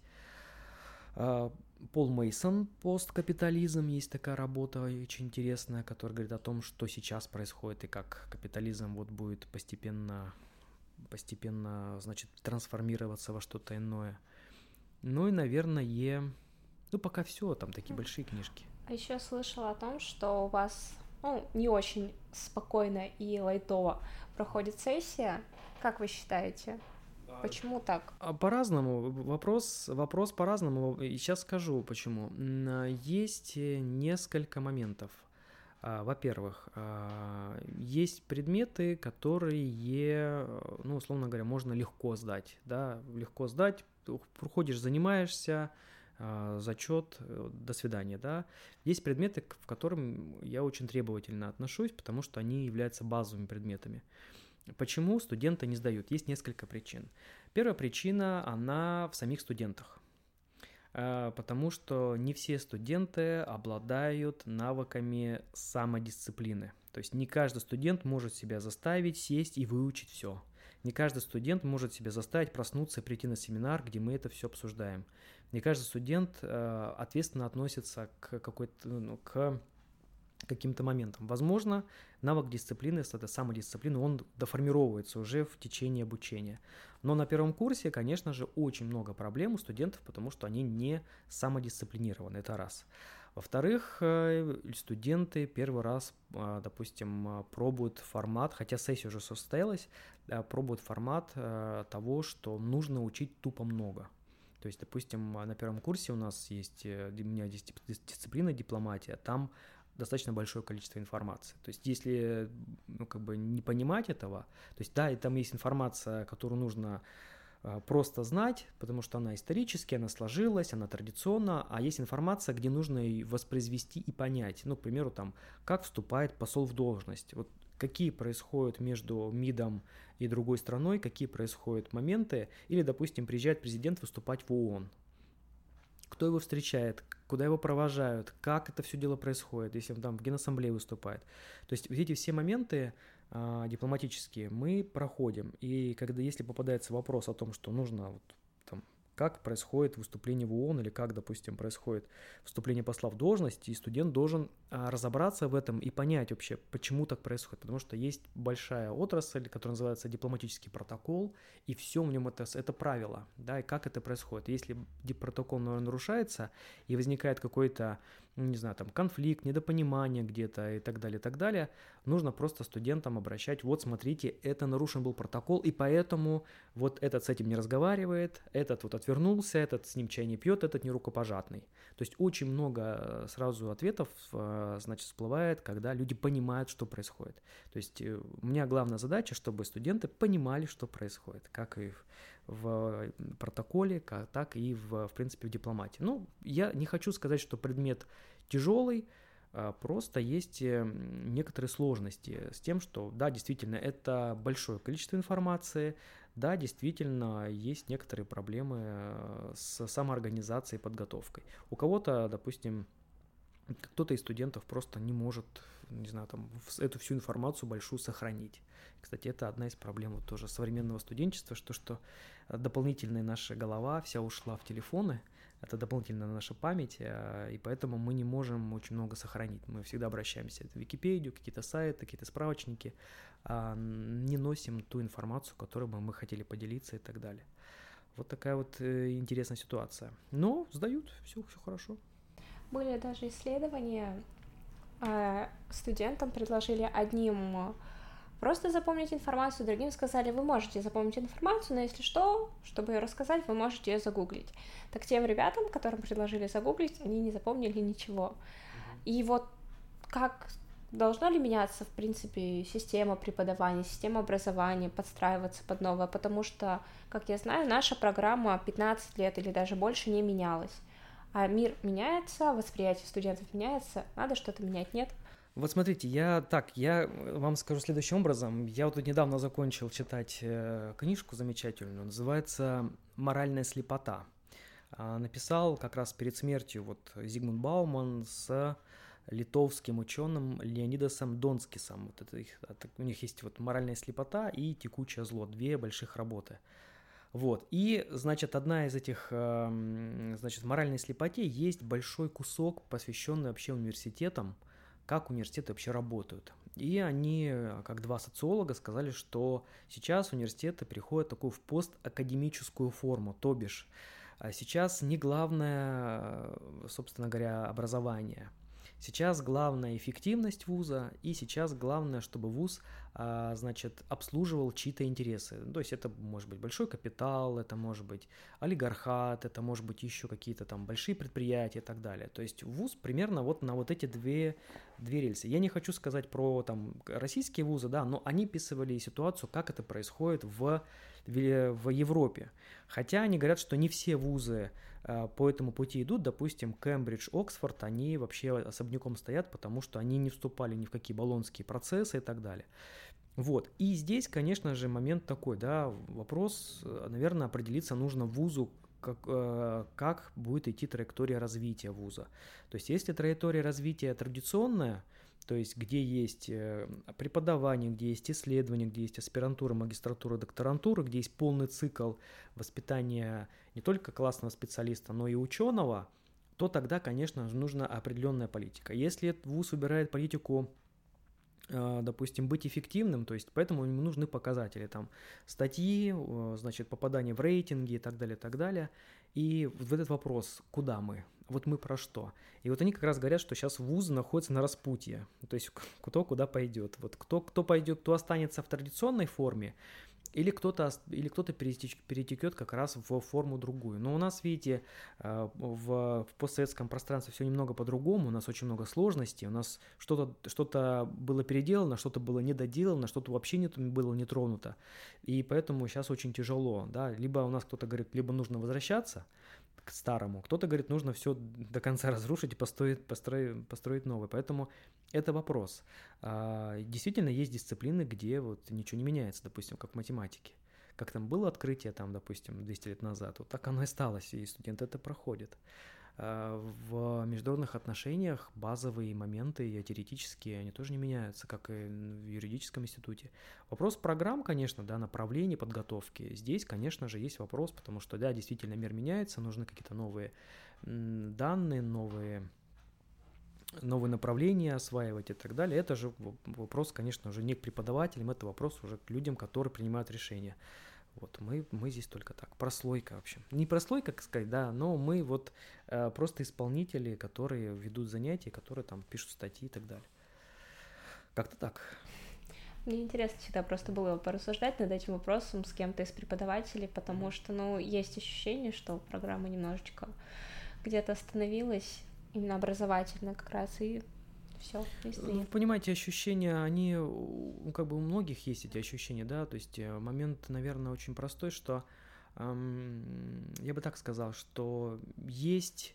э, Пол Мейсон «Посткапитализм». Есть такая работа очень интересная, которая говорит о том, что сейчас происходит и как капитализм вот будет постепенно, постепенно, значит, трансформироваться во что-то иное. Ну и, наверное, ну пока все, там такие большие книжки. А еще слышала о том, что у вас, ну, не очень спокойно и лайтово проходит сессия. Как вы считаете? Почему так? По-разному. Вопрос, вопрос по-разному. И сейчас скажу, почему. Есть несколько моментов. Во-первых, есть предметы, которые, ну, условно говоря, можно легко сдать. Да? Легко сдать, проходишь, занимаешься, зачет, до свидания, да. Есть предметы, к которым я очень требовательно отношусь, потому что они являются базовыми предметами. Почему студенты не сдают? Есть несколько причин. Первая причина, она в самих студентах, потому что не все студенты обладают навыками самодисциплины. То есть не каждый студент может себя заставить сесть и выучить все. Не каждый студент может себя заставить проснуться и прийти на семинар, где мы это все обсуждаем. Не каждый студент э, ответственно относится к какой-то, ну, к каким-то моментам. Возможно, навык дисциплины, это самодисциплина, он доформировывается уже в течение обучения. Но на первом курсе, конечно же, очень много проблем у студентов, потому что они не самодисциплинированы, это раз. Во-вторых, студенты первый раз, допустим, пробуют формат, хотя сессия уже состоялась, пробуют формат того, что нужно учить тупо много. То есть, допустим, на первом курсе у нас есть, у меня есть дисциплина дипломатия, там достаточно большое количество информации. То есть, если, ну, как бы не понимать этого, то есть, да, и там есть информация, которую нужно а, просто знать, потому что она исторически, она сложилась, она традиционна, а есть информация, где нужно ее воспроизвести и понять. Ну, к примеру, там, как вступает посол в должность, вот какие происходят между МИДом и другой страной, какие происходят моменты, или, допустим, приезжает президент выступать в ООН. Кто его встречает, куда его провожают, как это все дело происходит, если он там в Генассамблее выступает. То есть эти все моменты а, дипломатические мы проходим. И когда, если попадается вопрос о том, что нужно, вот, там, как происходит выступление в ООН или как, допустим, происходит вступление посла в должность, и студент должен а, разобраться в этом и понять вообще, почему так происходит. Потому что есть большая отрасль, которая называется дипломатический протокол, и все в нем это, это правило, да, и как это происходит. Если протокол нарушается и возникает какой-то, не знаю, там конфликт, недопонимание где-то и так далее, и так далее, нужно просто студентам обращать, вот смотрите, это нарушен был протокол, и поэтому вот этот с этим не разговаривает, этот вот отвернулся, этот с ним чай не пьет, этот не рукопожатный. То есть очень много сразу ответов, значит, всплывает, когда люди понимают, что происходит. То есть у меня главная задача, чтобы студенты понимали, что происходит, как и в протоколе, как, так и в, в принципе в дипломатии. Ну, я не хочу сказать, что предмет тяжелый, просто есть некоторые сложности с тем, что, да, действительно, это большое количество информации, да, действительно, есть некоторые проблемы с самоорганизацией и подготовкой. У кого-то, допустим, кто-то из студентов просто не может, не знаю, там, эту всю информацию большую сохранить. Кстати, это одна из проблем вот тоже современного студенчества, что, что дополнительная наша голова вся ушла в телефоны, это дополнительная наша память, и поэтому мы не можем очень много сохранить. Мы всегда обращаемся в Википедию, какие-то сайты, какие-то справочники, а не носим ту информацию, которой бы мы хотели поделиться и так далее. Вот такая вот интересная ситуация. Но сдают, все, все хорошо. Были даже исследования, студентам предложили одним просто запомнить информацию, другим сказали, вы можете запомнить информацию, но если что, чтобы ее рассказать, вы можете ее загуглить. Так тем ребятам, которым предложили загуглить, они не запомнили ничего. И вот как должна ли меняться, в принципе, система преподавания, система образования, подстраиваться под новое, потому что, как я знаю, наша программа пятнадцать лет или даже больше не менялась. А мир меняется, восприятие студентов меняется, надо что-то менять, нет? Вот смотрите, я так, я вам скажу следующим образом. Я вот тут недавно закончил читать э, книжку замечательную, называется «Моральная слепота». Написал как раз перед смертью вот Зигмунд Бауман с литовским ученым Леонидасом Донскисом. Вот это их, у них есть вот «Моральная слепота» и «Текучее зло», две больших работы. Вот. И, значит, одна из этих, значит, «Моральной слепоте» есть большой кусок, посвященный вообще университетам, как университеты вообще работают. И они, как два социолога, сказали, что сейчас университеты переходят такую в постакадемическую форму, то бишь сейчас не главное, собственно говоря, образование. Сейчас главная эффективность вуза, и сейчас главное, чтобы вуз, значит, обслуживал чьи-то интересы. То есть это может быть большой капитал, это может быть олигархат, это может быть еще какие-то там большие предприятия и так далее. То есть вуз примерно вот на вот эти две, две рельсы. Я не хочу сказать про там российские вузы, да, но они описывали ситуацию, как это происходит в, в, в Европе. Хотя они говорят, что не все вузы по этому пути идут, допустим, Кембридж, Оксфорд, они вообще особняком стоят, потому что они не вступали ни в какие болонские процессы и так далее. Вот, и здесь, конечно же, момент такой, да, вопрос, наверное, определиться нужно вузу, как, как будет идти траектория развития вуза. То есть, если траектория развития традиционная, то есть где есть преподавание, где есть исследование, где есть аспирантура, магистратура, докторантура, где есть полный цикл воспитания не только классного специалиста, но и ученого, то тогда, конечно же, нужна определенная политика. Если вуз выбирает политику, допустим, быть эффективным, то есть поэтому ему нужны показатели, там, статьи, значит, попадание в рейтинги и так далее, и так далее. И вот этот вопрос, куда мы? Вот мы про что? И вот они как раз говорят, что сейчас вузы находятся на распутье, то есть кто куда пойдет. Вот кто, кто пойдет, кто останется в традиционной форме, или кто-то, или кто-то перетекет как раз в форму другую. Но у нас, видите, в, в постсоветском пространстве все немного по-другому, у нас очень много сложностей, у нас что-то, что-то было переделано, что-то было недоделано, что-то вообще не было не тронуто. И поэтому сейчас очень тяжело. Да? Либо у нас кто-то говорит, либо нужно возвращаться к старому, кто-то говорит, нужно все до конца разрушить и построить, построить, построить новое. Поэтому это вопрос. Действительно, есть дисциплины, где вот ничего не меняется, допустим, как в математике. Как там было открытие, там, допустим, двести лет назад, вот так оно и осталось, и студенты это проходят. В международных отношениях базовые моменты теоретические, они тоже не меняются, как и в юридическом институте. Вопрос программ, конечно, да, направлений подготовки. Здесь, конечно же, есть вопрос, потому что, да, действительно мир меняется, нужны какие-то новые данные, новые, новые направления осваивать и так далее. Это же вопрос, конечно, уже не к преподавателям, это вопрос уже к людям, которые принимают решения. Вот мы, мы здесь только так, прослойка вообще. Не прослойка, как сказать, да, но мы вот э, просто исполнители, которые ведут занятия, которые там пишут статьи и так далее. Как-то так. Мне интересно всегда просто было порассуждать над этим вопросом с кем-то из преподавателей, потому что, ну, есть ощущение, что программа немножечко где-то остановилась, именно образовательно как раз, и все. Ну, понимаете, ощущения, они, ну, как бы у многих есть эти ощущения, да, то есть момент, наверное, очень простой, что эм, я бы так сказал, что есть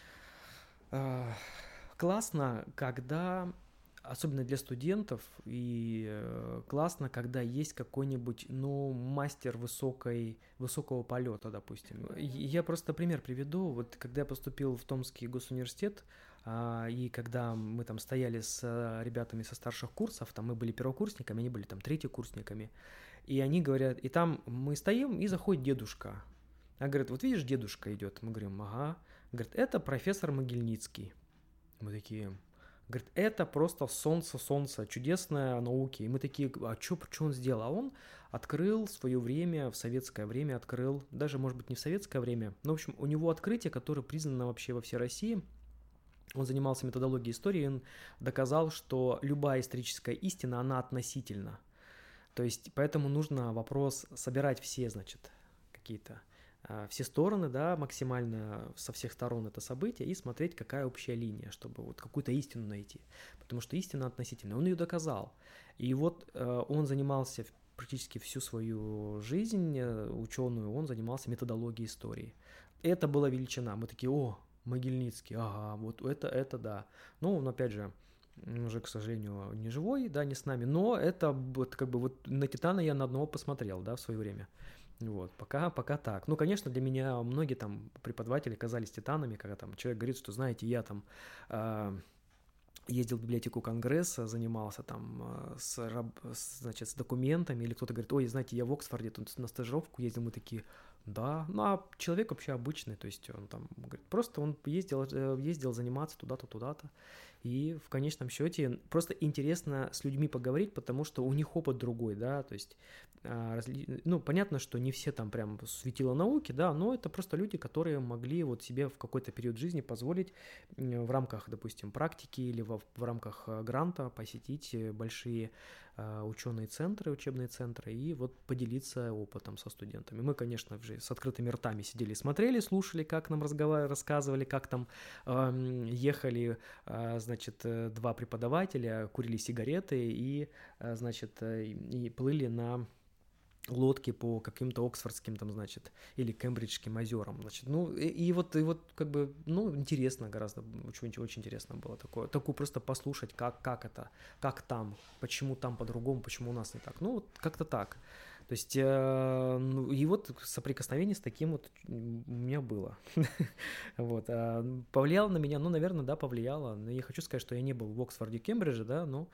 э, классно, когда, особенно для студентов, и э, классно, когда есть какой-нибудь, ну, мастер высокой, высокого полета, допустим. Я просто пример приведу, вот когда я поступил в Томский госуниверситет, и когда мы там стояли с ребятами со старших курсов, там мы были первокурсниками, они были там третьекурсниками, и они говорят, и там мы стоим, и заходит дедушка. Она говорит, вот видишь, дедушка идет. Мы говорим, ага. Говорит, это профессор Могильницкий. Мы такие, говорит, это просто солнце, солнце, чудесная науки. И мы такие, а что, что он сделал? А он открыл в свое время, в советское время открыл, даже, может быть, не в советское время, но, в общем, у него открытие, которое признано вообще во всей России. Он занимался методологией истории, и он доказал, что любая историческая истина, она относительна. То есть, поэтому нужно вопрос собирать все, значит, какие-то, все стороны, да, максимально со всех сторон это событие, и смотреть, какая общая линия, чтобы вот какую-то истину найти. Потому что истина относительна. Он ее доказал. И вот он занимался практически всю свою жизнь ученую, он занимался методологией истории. Это была величина. Мы такие, о, Могильницкий, ага, вот это, это да. Ну, он, опять же, уже, к сожалению, не живой, да, не с нами, но это вот как бы вот на Титана я на одного посмотрел, да, в свое время. Вот, пока, пока так. Ну, конечно, для меня многие там преподаватели казались титанами, когда там человек говорит, что, знаете, я там э, ездил в библиотеку Конгресса, занимался там э, с, раб- с, значит, с документами, или кто-то говорит, ой, знаете, я в Оксфорде тут на стажировку ездил, мы такие, да, ну, а человек вообще обычный, то есть он там, говорит, просто он ездил, э, ездил заниматься туда-то, туда-то, и в конечном счете просто интересно с людьми поговорить, потому что у них опыт другой, да, то есть, а, разли... ну, понятно, что не все там прям светило науки, да, но это просто люди, которые могли вот себе в какой-то период жизни позволить в рамках, допустим, практики или в, в рамках гранта посетить большие а, ученые центры, учебные центры и вот поделиться опытом со студентами. Мы, конечно же, с открытыми ртами сидели, смотрели, слушали, как нам разговаривали, рассказывали, как там э, ехали, э, значит, два преподавателя, курили сигареты и, э, значит, э, и плыли на лодки по каким-то оксфордским там, значит, или кембриджским озерам, значит, ну, и, и вот, и вот, как бы, ну, интересно гораздо, очень, очень интересно было такое, такую просто послушать, как, как это, как там, почему там по-другому, почему у нас не так, ну, вот как-то так, то есть, э, ну, и вот соприкосновение с таким вот у меня было, вот, повлияло на меня, ну, наверное, да, повлияло, но я хочу сказать, что я не был в Оксфорде, Кембридже, да, но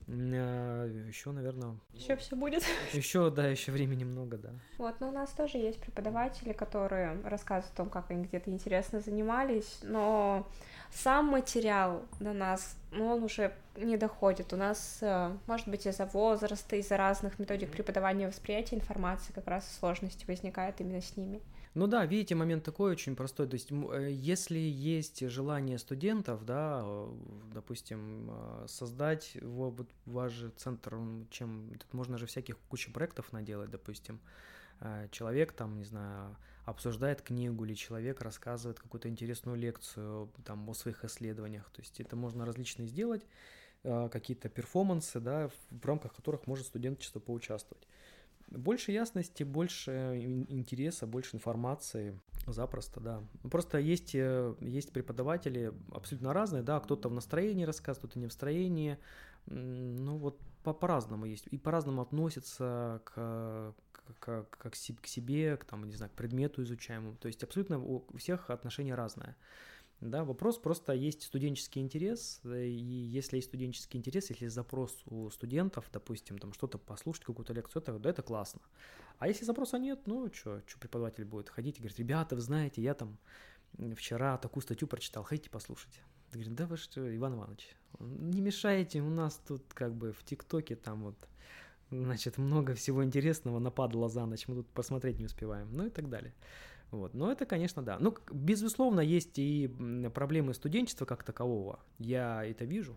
еще, наверное... Еще все будет. Еще, да, еще времени много, да. Вот, но у нас тоже есть преподаватели, которые рассказывают о том, как они где-то интересно занимались, но сам материал до нас, ну, он уже не доходит. У нас, может быть, из-за возраста, из-за разных методик преподавания восприятия информации как раз сложности возникают именно с ними. Ну да, видите, момент такой очень простой. То есть, если есть желание студентов, да, допустим, создать вот ваш же центр, чем тут можно же всяких кучу проектов наделать, допустим, человек там, не знаю, обсуждает книгу, или человек рассказывает какую-то интересную лекцию там о своих исследованиях. То есть это можно различные сделать, какие-то перформансы, да, в рамках которых может студенчество поучаствовать. Больше ясности, больше интереса, больше информации, запросто, да. Просто есть, есть преподаватели абсолютно разные, да, кто-то в настроении рассказывает, кто-то не в настроении, ну вот по- по-разному есть, и по-разному относятся к, к, к, к себе, к, там, не знаю, к предмету изучаемому, то есть абсолютно у всех отношение разное. Да, вопрос просто есть студенческий интерес, и если есть студенческий интерес, если есть запрос у студентов, допустим, там что-то послушать, какую-то лекцию, это, да, это классно. А если запроса нет, ну, что преподаватель будет ходить и говорить, ребята, вы знаете, я там вчера такую статью прочитал, хотите послушать? Говорит, да вы что, Иван Иванович, не мешайте, у нас тут как бы в ТикТоке там вот, значит, много всего интересного нападало за ночь, мы тут посмотреть не успеваем, ну и так далее. Вот. Но это, конечно, да. Ну, безусловно, есть и проблемы студенчества как такового. Я это вижу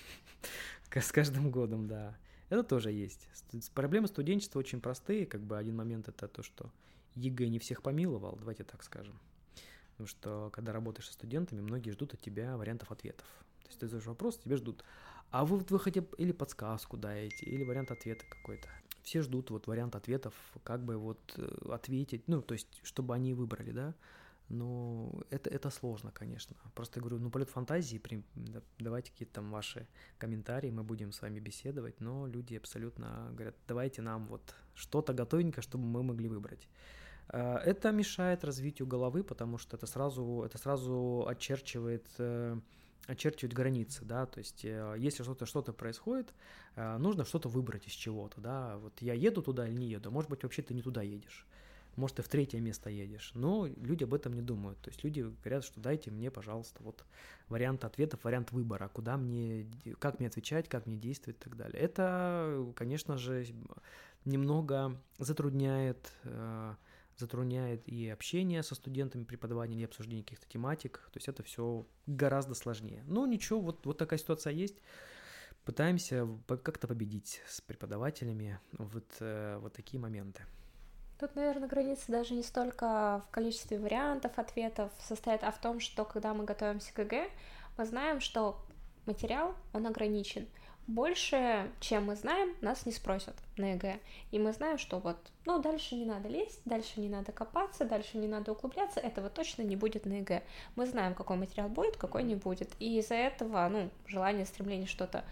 с каждым годом, да. Это тоже есть. Проблемы студенчества очень простые. Как бы один момент это то, что ЕГЭ не всех помиловал, давайте так скажем. Потому что, когда работаешь со студентами, многие ждут от тебя вариантов ответов. То есть ты задаешь вопрос, тебе ждут. А вы, вы хотя бы или подсказку даете, или вариант ответа какой-то. Все ждут вот вариант ответов, как бы вот ответить, ну, то есть, чтобы они выбрали, да, но это, это сложно, конечно. Просто говорю, ну, полет фантазии, давайте какие-то там ваши комментарии, мы будем с вами беседовать, но люди абсолютно говорят, давайте нам вот что-то готовенькое, чтобы мы могли выбрать. Это мешает развитию головы, потому что это сразу, это сразу очерчивает... очерчивать границы, да, то есть если что-то что-то происходит, нужно что-то выбрать из чего-то, да, вот я еду туда или не еду, может быть, вообще ты не туда едешь, может, ты в третье место едешь, но люди об этом не думают, то есть люди говорят, что дайте мне, пожалуйста, вот вариант ответов, вариант выбора, куда мне, как мне отвечать, как мне действовать и так далее. Это, конечно же, немного затрудняет затрудняет и общение со студентами, преподавание, и обсуждение каких-то тематик, то есть это все гораздо сложнее. Но ничего, вот, вот такая ситуация есть, пытаемся как-то победить с преподавателями вот, вот такие моменты. Тут, наверное, граница даже не столько в количестве вариантов ответов состоит, а в том, что когда мы готовимся к ЕГЭ, мы знаем, что материал, он ограничен. Больше, чем мы знаем, нас не спросят на ЕГЭ. И мы знаем, что вот, ну, дальше не надо лезть, дальше не надо копаться, дальше не надо углубляться, этого точно не будет на ЕГЭ. Мы знаем, какой материал будет, какой не будет. И из-за этого, ну, желание, стремление что-то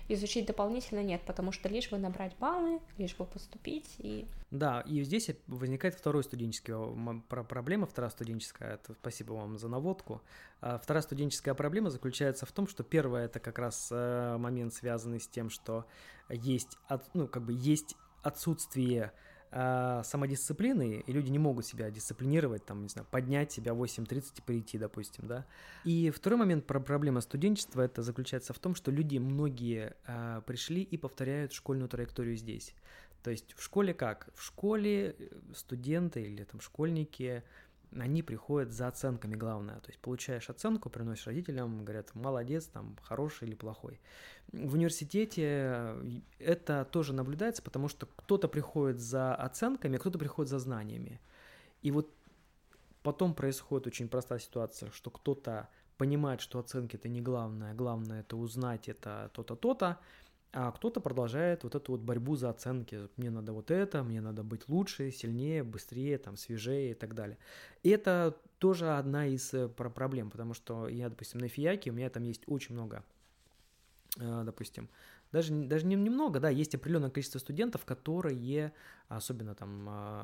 изучить дополнительно нет, потому что лишь бы набрать баллы, лишь бы поступить и... Да, и здесь возникает второй студенческий проблема, вторая студенческая, это спасибо вам за наводку. Вторая студенческая проблема заключается в том, что первая это как раз момент, связанный с тем, что есть, ну, как бы есть отсутствие самодисциплины, и люди не могут себя дисциплинировать, там, не знаю, поднять себя в восемь тридцать и прийти, допустим, да. И второй момент, про проблема студенчества, это заключается в том, что люди, многие а, пришли и повторяют школьную траекторию здесь. То есть в школе как? В школе студенты или там школьники, они приходят за оценками, главное. То есть получаешь оценку, приносишь родителям, говорят, молодец, там, хороший или плохой. В университете это тоже наблюдается, потому что кто-то приходит за оценками, а кто-то приходит за знаниями. И вот потом происходит очень простая ситуация, что кто-то понимает, что оценки это не главное, главное это узнать это то-то, то-то, а кто-то продолжает вот эту вот борьбу за оценки. Мне надо вот это, мне надо быть лучше, сильнее, быстрее, там, свежее и так далее. И это тоже одна из проблем, потому что я, допустим, на ФИЯКе, у меня там есть очень много, допустим, даже, даже не немного, да, есть определенное количество студентов, которые, особенно там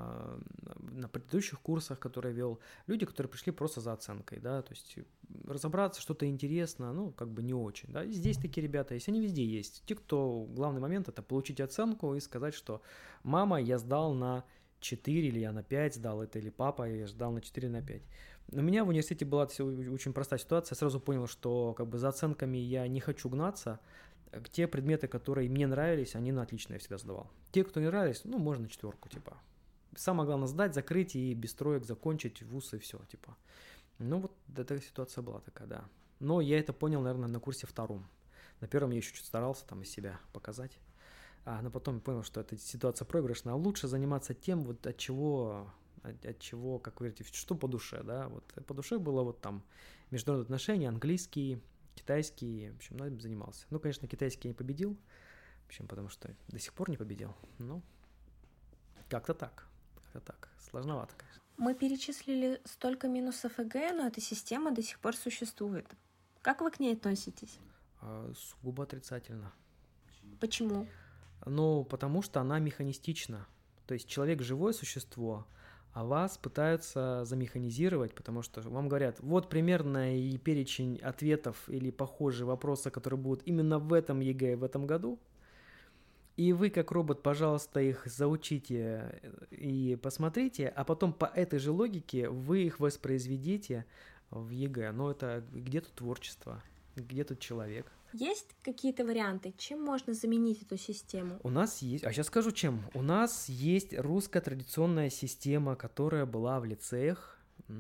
на предыдущих курсах, которые я вел, люди, которые пришли просто за оценкой, да, то есть разобраться, что-то интересно, ну, как бы не очень, да, и здесь такие ребята есть, они везде есть, те, кто, главный момент, это получить оценку и сказать, что мама, я сдал на четыре, или я на пять сдал это, или папа, я сдал на четыре, на пять. У меня в университете была очень простая ситуация, я сразу понял, что как бы за оценками я не хочу гнаться. Те предметы, которые мне нравились, они на отлично я всегда сдавал. Те, кто не нравились, ну, можно четверку, типа. Самое главное сдать, закрыть и без троек закончить вуз и все, типа. Ну, вот эта ситуация была такая, да. Но я это понял, наверное, на курсе втором. На первом я еще чуть старался там из себя показать. А, но потом понял, что эта ситуация проигрышная. А лучше заниматься тем, вот от чего, от, от чего, как вы говорите, что по душе, да. Вот по душе было вот там международные отношения, английский, китайский, в общем, этим занимался. Ну, конечно, китайский я не победил, в общем, потому что до сих пор не победил. Ну, как-то так, как-то так. Сложновато, конечно. Мы перечислили столько минусов ЕГЭ, но эта система до сих пор существует. Как вы к ней относитесь? А, сугубо отрицательно. Почему? Ну, потому что она механистична. То есть человек живое существо, а вас пытаются замеханизировать, потому что вам говорят, вот примерно и перечень ответов или похожие вопросы, которые будут именно в этом ЕГЭ в этом году, и вы как робот, пожалуйста, их заучите и посмотрите, а потом по этой же логике вы их воспроизведите в ЕГЭ. Но это где тут творчество, где тут человек? Есть какие-то варианты, чем можно заменить эту систему? У нас есть, а сейчас скажу чем. У нас есть русская традиционная система, которая была в лицеях.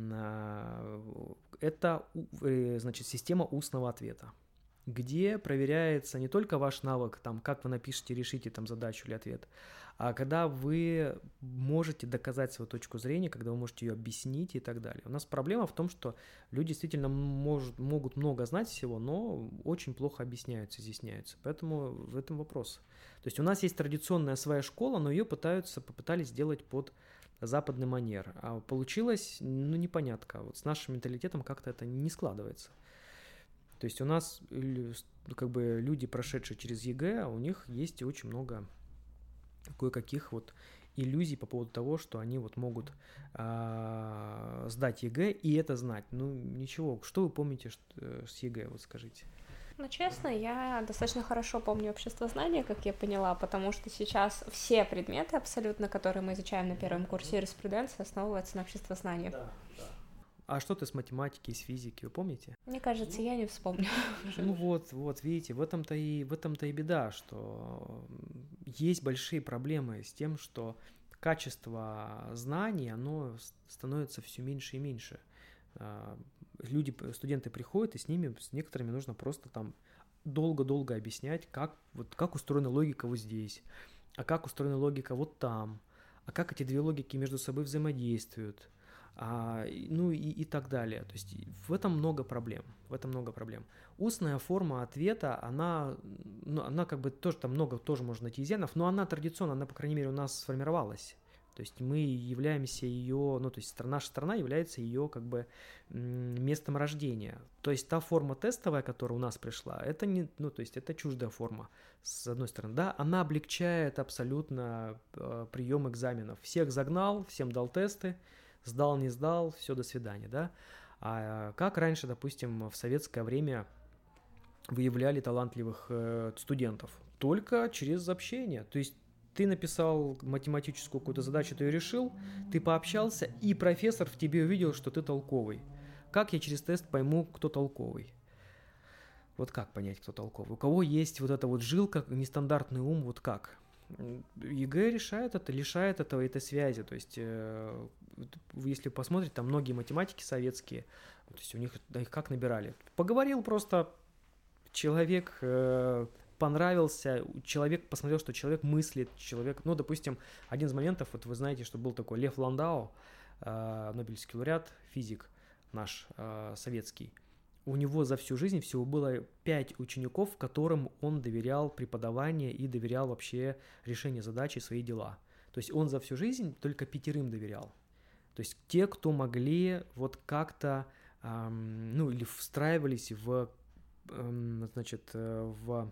Это, значит, система устного ответа, где проверяется не только ваш навык, там, как вы напишете, решите там задачу или ответ, а когда вы можете доказать свою точку зрения, когда вы можете ее объяснить и так далее. У нас проблема в том, что люди действительно может, могут много знать всего, но очень плохо объясняются, изъясняются. Поэтому в этом вопрос. То есть у нас есть традиционная своя школа, но ее пытаются, попытались сделать под западный манер. А получилось, ну, непонятно. Вот с нашим менталитетом как-то это не складывается. То есть у нас как бы люди, прошедшие через ЕГЭ, у них есть очень много кое-каких вот иллюзий по поводу того, что они вот могут а, сдать ЕГЭ и это знать. Ну, ничего. Что вы помните что, с ЕГЭ, вот скажите? Ну, честно, я достаточно хорошо помню обществознание, как я поняла, потому что сейчас все предметы абсолютно, которые мы изучаем на первом курсе юриспруденции, основываются на обществознании. Да, да. А что-то с математики, с физики, вы помните? Мне кажется, я не вспомню. Ну вот, вот, видите, в этом-то и, в этом-то и беда, что есть большие проблемы с тем, что качество знаний, оно становится все меньше и меньше. Люди, студенты приходят, и с ними, с некоторыми нужно просто там долго-долго объяснять, как, вот, как устроена логика вот здесь, а как устроена логика вот там, а как эти две логики между собой взаимодействуют. А, ну и, и так далее. То есть в этом много проблем. В этом много проблем. Устная форма ответа, она, ну, она как бы тоже там много тоже можно найти изъянов, но она традиционно, она, по крайней мере, у нас сформировалась. То есть мы являемся ее, ну, то есть наша страна является ее как бы местом рождения. То есть та форма тестовая, которая у нас пришла, это не, ну, то есть это чуждая форма, с одной стороны, да, она облегчает абсолютно э, прием экзаменов. Всех загнал, всем дал тесты, сдал, не сдал, все, до свидания, да. А как раньше, допустим, в советское время выявляли талантливых э, студентов? Только через общение, то есть ты написал математическую какую-то задачу, ты ее решил, ты пообщался, и профессор в тебе увидел, что ты толковый. Как я через тест пойму, кто толковый? Вот как понять, кто толковый? У кого есть вот эта вот жилка, нестандартный ум, вот как? ЕГЭ решает это, лишает этого этой связи. То есть, э, если посмотреть, там многие математики советские, то есть у них их как набирали? Поговорил просто человек... Э, понравился, человек посмотрел, что человек мыслит, человек, ну, допустим, один из моментов, вот вы знаете, что был такой Лев Ландау, э, Нобелевский лауреат, физик наш э, советский. У него за всю жизнь всего было пять учеников, которым он доверял преподавание и доверял вообще решение задач и свои дела. То есть он за всю жизнь только пятерым доверял. То есть те, кто могли вот как-то, эм, ну, или встраивались в, эм, значит, в...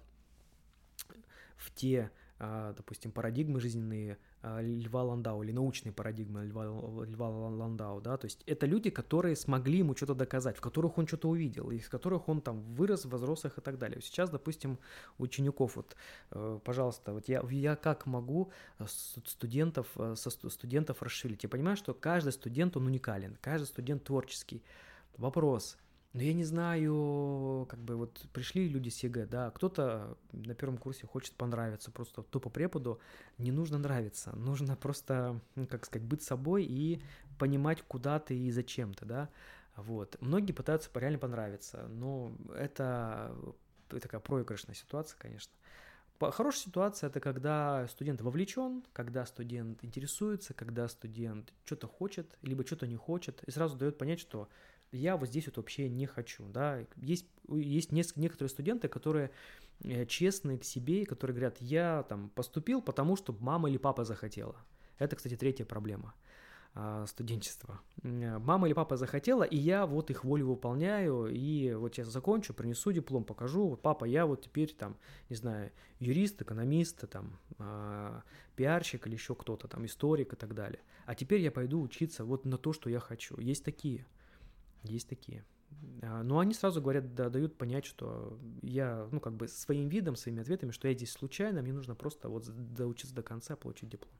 в те, допустим, парадигмы жизненные Льва Ландау или научные парадигмы Льва, Льва Ландау, да, то есть это люди, которые смогли ему что-то доказать, в которых он что-то увидел, из которых он там вырос, возрос их и так далее. Сейчас, допустим, учеников, вот, пожалуйста, вот я, я как могу студентов, со студентов расширить? Я понимаю, что каждый студент, он уникален, каждый студент творческий. Вопрос. Но я не знаю, как бы вот пришли люди с ЕГЭ, да, кто-то на первом курсе хочет понравиться, просто тупо преподу не нужно нравиться, нужно просто, ну, как сказать, быть собой и понимать, куда ты и зачем ты, да, вот. Многие пытаются реально понравиться, но это такая проигрышная ситуация, конечно. Хорошая ситуация – это когда студент вовлечен, когда студент интересуется, когда студент что-то хочет, либо что-то не хочет, и сразу дает понять, что я вот здесь вот вообще не хочу, да, есть, есть некоторые студенты, которые честны к себе, которые говорят, я там поступил, потому что мама или папа захотела. Это, кстати, третья проблема студенчества. Мама или папа захотела, и я вот их волю выполняю, и вот сейчас закончу, принесу диплом, покажу, вот папа, я вот теперь там, не знаю, юрист, экономист, там, пиарщик или еще кто-то, там, историк и так далее. А теперь я пойду учиться вот на то, что я хочу. Есть такие. Есть такие. Но они сразу говорят, да, дают понять, что я, ну, как бы своим видом, своими ответами, что я здесь случайно, мне нужно просто вот доучиться до конца, получить диплом.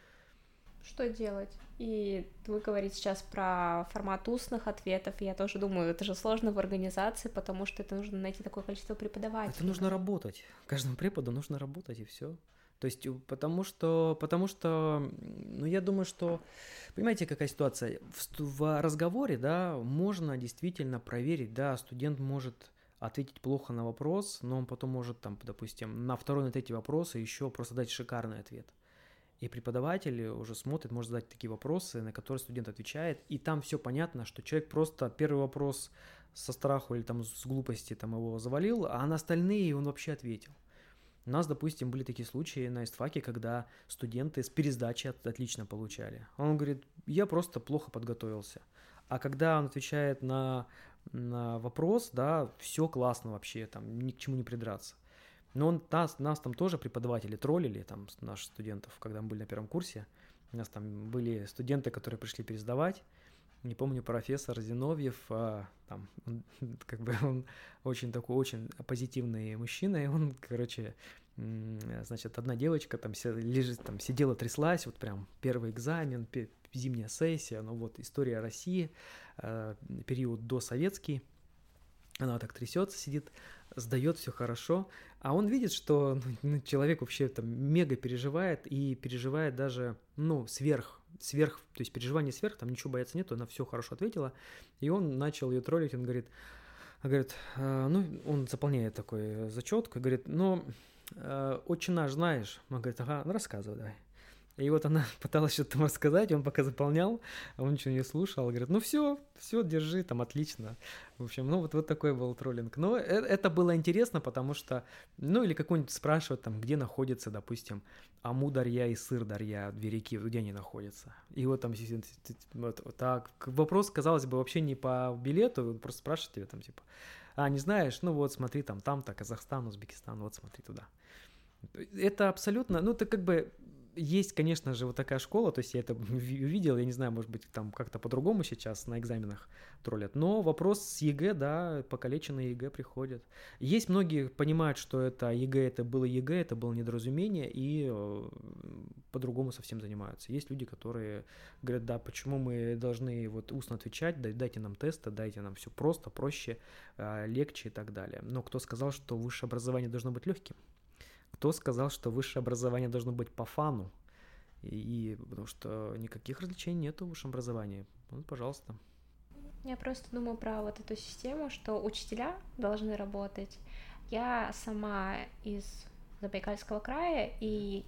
Что делать? И вы говорите сейчас про формат устных ответов, и я тоже думаю, это же сложно в организации, потому что это нужно найти такое количество преподавателей. Это нужно работать. Каждому преподу нужно работать, и все. То есть, потому что, потому что, ну, я думаю, что, понимаете, какая ситуация? В, в разговоре, да, можно действительно проверить, да, студент может ответить плохо на вопрос, но он потом может, там, допустим, на второй, на третий вопрос еще просто дать шикарный ответ. И преподаватель уже смотрит, может задать такие вопросы, на которые студент отвечает, и там все понятно, что человек просто первый вопрос со страху или там с глупости там его завалил, а на остальные он вообще ответил. У нас, допустим, были такие случаи на ИСТФАКе, когда студенты с пересдачи отлично получали. Он говорит, я просто плохо подготовился. А когда он отвечает на, на вопрос, да, все классно вообще, там ни к чему не придраться. Но он, нас, нас там тоже преподаватели троллили, там, наших студентов, когда мы были на первом курсе. У нас там были студенты, которые пришли пересдавать. Не помню, профессор Зиновьев, а, там, он, как бы он очень такой, очень позитивный мужчина, и он, короче, значит, одна девочка там лежит, там сидела, тряслась, вот прям первый экзамен, зимняя сессия, ну вот, история России, период досоветский, она так трясется, сидит, сдает, все хорошо, а он видит, что ну, человек вообще там мега переживает и переживает даже, ну, сверх, сверх, то есть переживание сверх, там ничего бояться нету, она все хорошо ответила, и он начал ее троллить, он говорит, говорит, ну, он заполняет такой зачетку, говорит, ну, отче наш знаешь? Он говорит, ага, ну, рассказывай давай. И вот она пыталась что-то там рассказать, он пока заполнял, а он ничего не слушал. Говорит, ну все, все, держи, там отлично. В общем, ну вот, вот такой был троллинг. Но это, это было интересно, потому что, ну или какой-нибудь спрашивают там, где находится, допустим, Аму-Дарья и Сыр-Дарья, две реки, где они находятся. И вот там вот, вот так. Вопрос, казалось бы, вообще не по билету, просто спрашивают тебя там типа, а, не знаешь, ну вот смотри, там, там-то, Казахстан, Узбекистан, вот смотри туда. Это абсолютно, ну это как бы... Есть, конечно же, вот такая школа, то есть я это увидел, я не знаю, может быть, там как-то по-другому сейчас на экзаменах троллят, но вопрос с ЕГЭ, да, покалеченные ЕГЭ приходят. Есть многие понимают, что это ЕГЭ, это было ЕГЭ, это было недоразумение, и э, по-другому совсем занимаются. Есть люди, которые говорят, да, почему мы должны вот устно отвечать, дайте нам тесты, дайте нам все просто, проще, э, легче и так далее. Но кто сказал, что высшее образование должно быть легким? Кто сказал, что высшее образование должно быть по фану? И, и потому что никаких развлечений нету в высшем образовании. Вот, пожалуйста. Я просто думаю про вот эту систему, что учителя должны работать. Я сама из Забайкальского края, и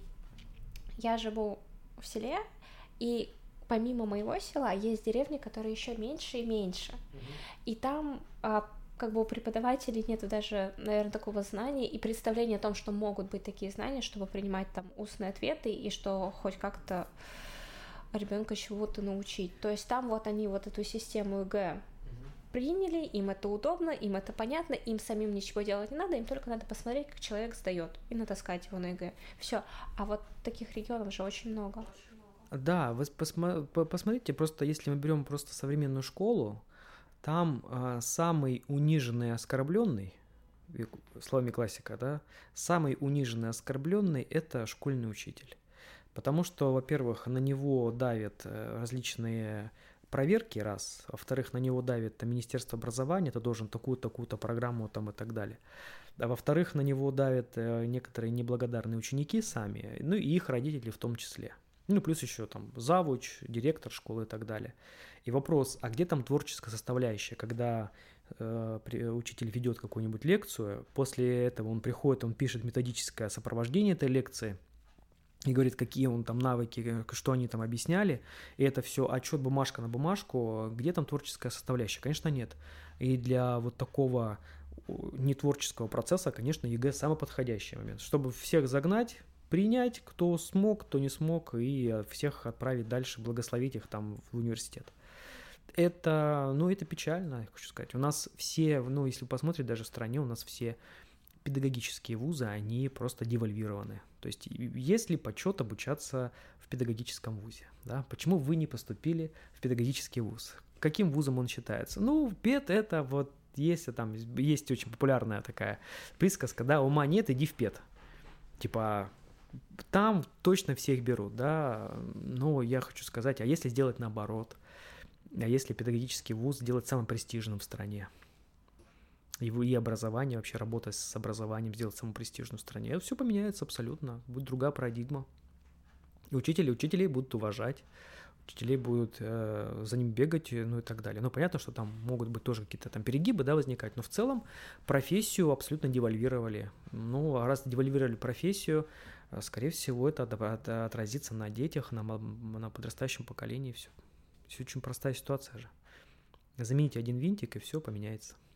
я живу в селе, и помимо моего села есть деревни, которые еще меньше и меньше. Mm-hmm. И там а, как бы у преподавателей нету даже, наверное, такого знания и представления о том, что могут быть такие знания, чтобы принимать там устные ответы и что хоть как-то ребенка чего-то научить. То есть там вот они вот эту систему ЕГЭ приняли, им это удобно, им это понятно, им самим ничего делать не надо, им только надо посмотреть, как человек сдает, и натаскать его на ЕГЭ. Все. А вот таких регионов же очень много. Да, вы посма- посмотрите, просто если мы берем просто современную школу, там э, самый униженный и оскорбленный, словами классика, да, самый униженный и оскорбленный – это школьный учитель. Потому что, во-первых, на него давят различные проверки, раз, во-вторых, на него давит там, Министерство образования, ты должен такую-то, такую-то программу там, и так далее. А во-вторых, на него давят э, некоторые неблагодарные ученики сами, ну и их родители в том числе. Ну, плюс еще там завуч, директор школы и так далее. И вопрос, а где там творческая составляющая, когда э, при, учитель ведет какую-нибудь лекцию, после этого он приходит, он пишет методическое сопровождение этой лекции и говорит, какие он там навыки, что они там объясняли, и это все отчет бумажка на бумажку, где там творческая составляющая? Конечно, нет. И для вот такого нетворческого процесса, конечно, ЕГЭ самый подходящий момент, чтобы всех загнать, принять, кто смог, кто не смог, и всех отправить дальше, благословить их там в университет. Это, ну, это печально, я хочу сказать. У нас все, ну, если вы посмотрите, даже в стране у нас все педагогические вузы, они просто девальвированы. То есть есть ли почет обучаться в педагогическом вузе? Да? Почему вы не поступили в педагогический вуз? Каким вузом он считается? Ну, пед это вот, есть там, есть очень популярная такая присказка, да, ума нет, иди в пед. Типа, там точно всех берут, да, но я хочу сказать, а если сделать наоборот? А если педагогический вуз сделать самым престижным в стране? И, и образование, вообще работа с образованием сделать самую престижную в стране. Это все поменяется абсолютно. Будет другая парадигма. И учителей, учителей будут уважать, учителей будут э, за ним бегать, ну и так далее. Но понятно, что там могут быть тоже какие-то там перегибы, да, возникать. Но в целом профессию абсолютно девальвировали. Ну, а раз девальвировали профессию, скорее всего, это отразится на детях, на, на подрастающем поколении. Все. Все очень простая ситуация же. Замените один винтик, и все поменяется.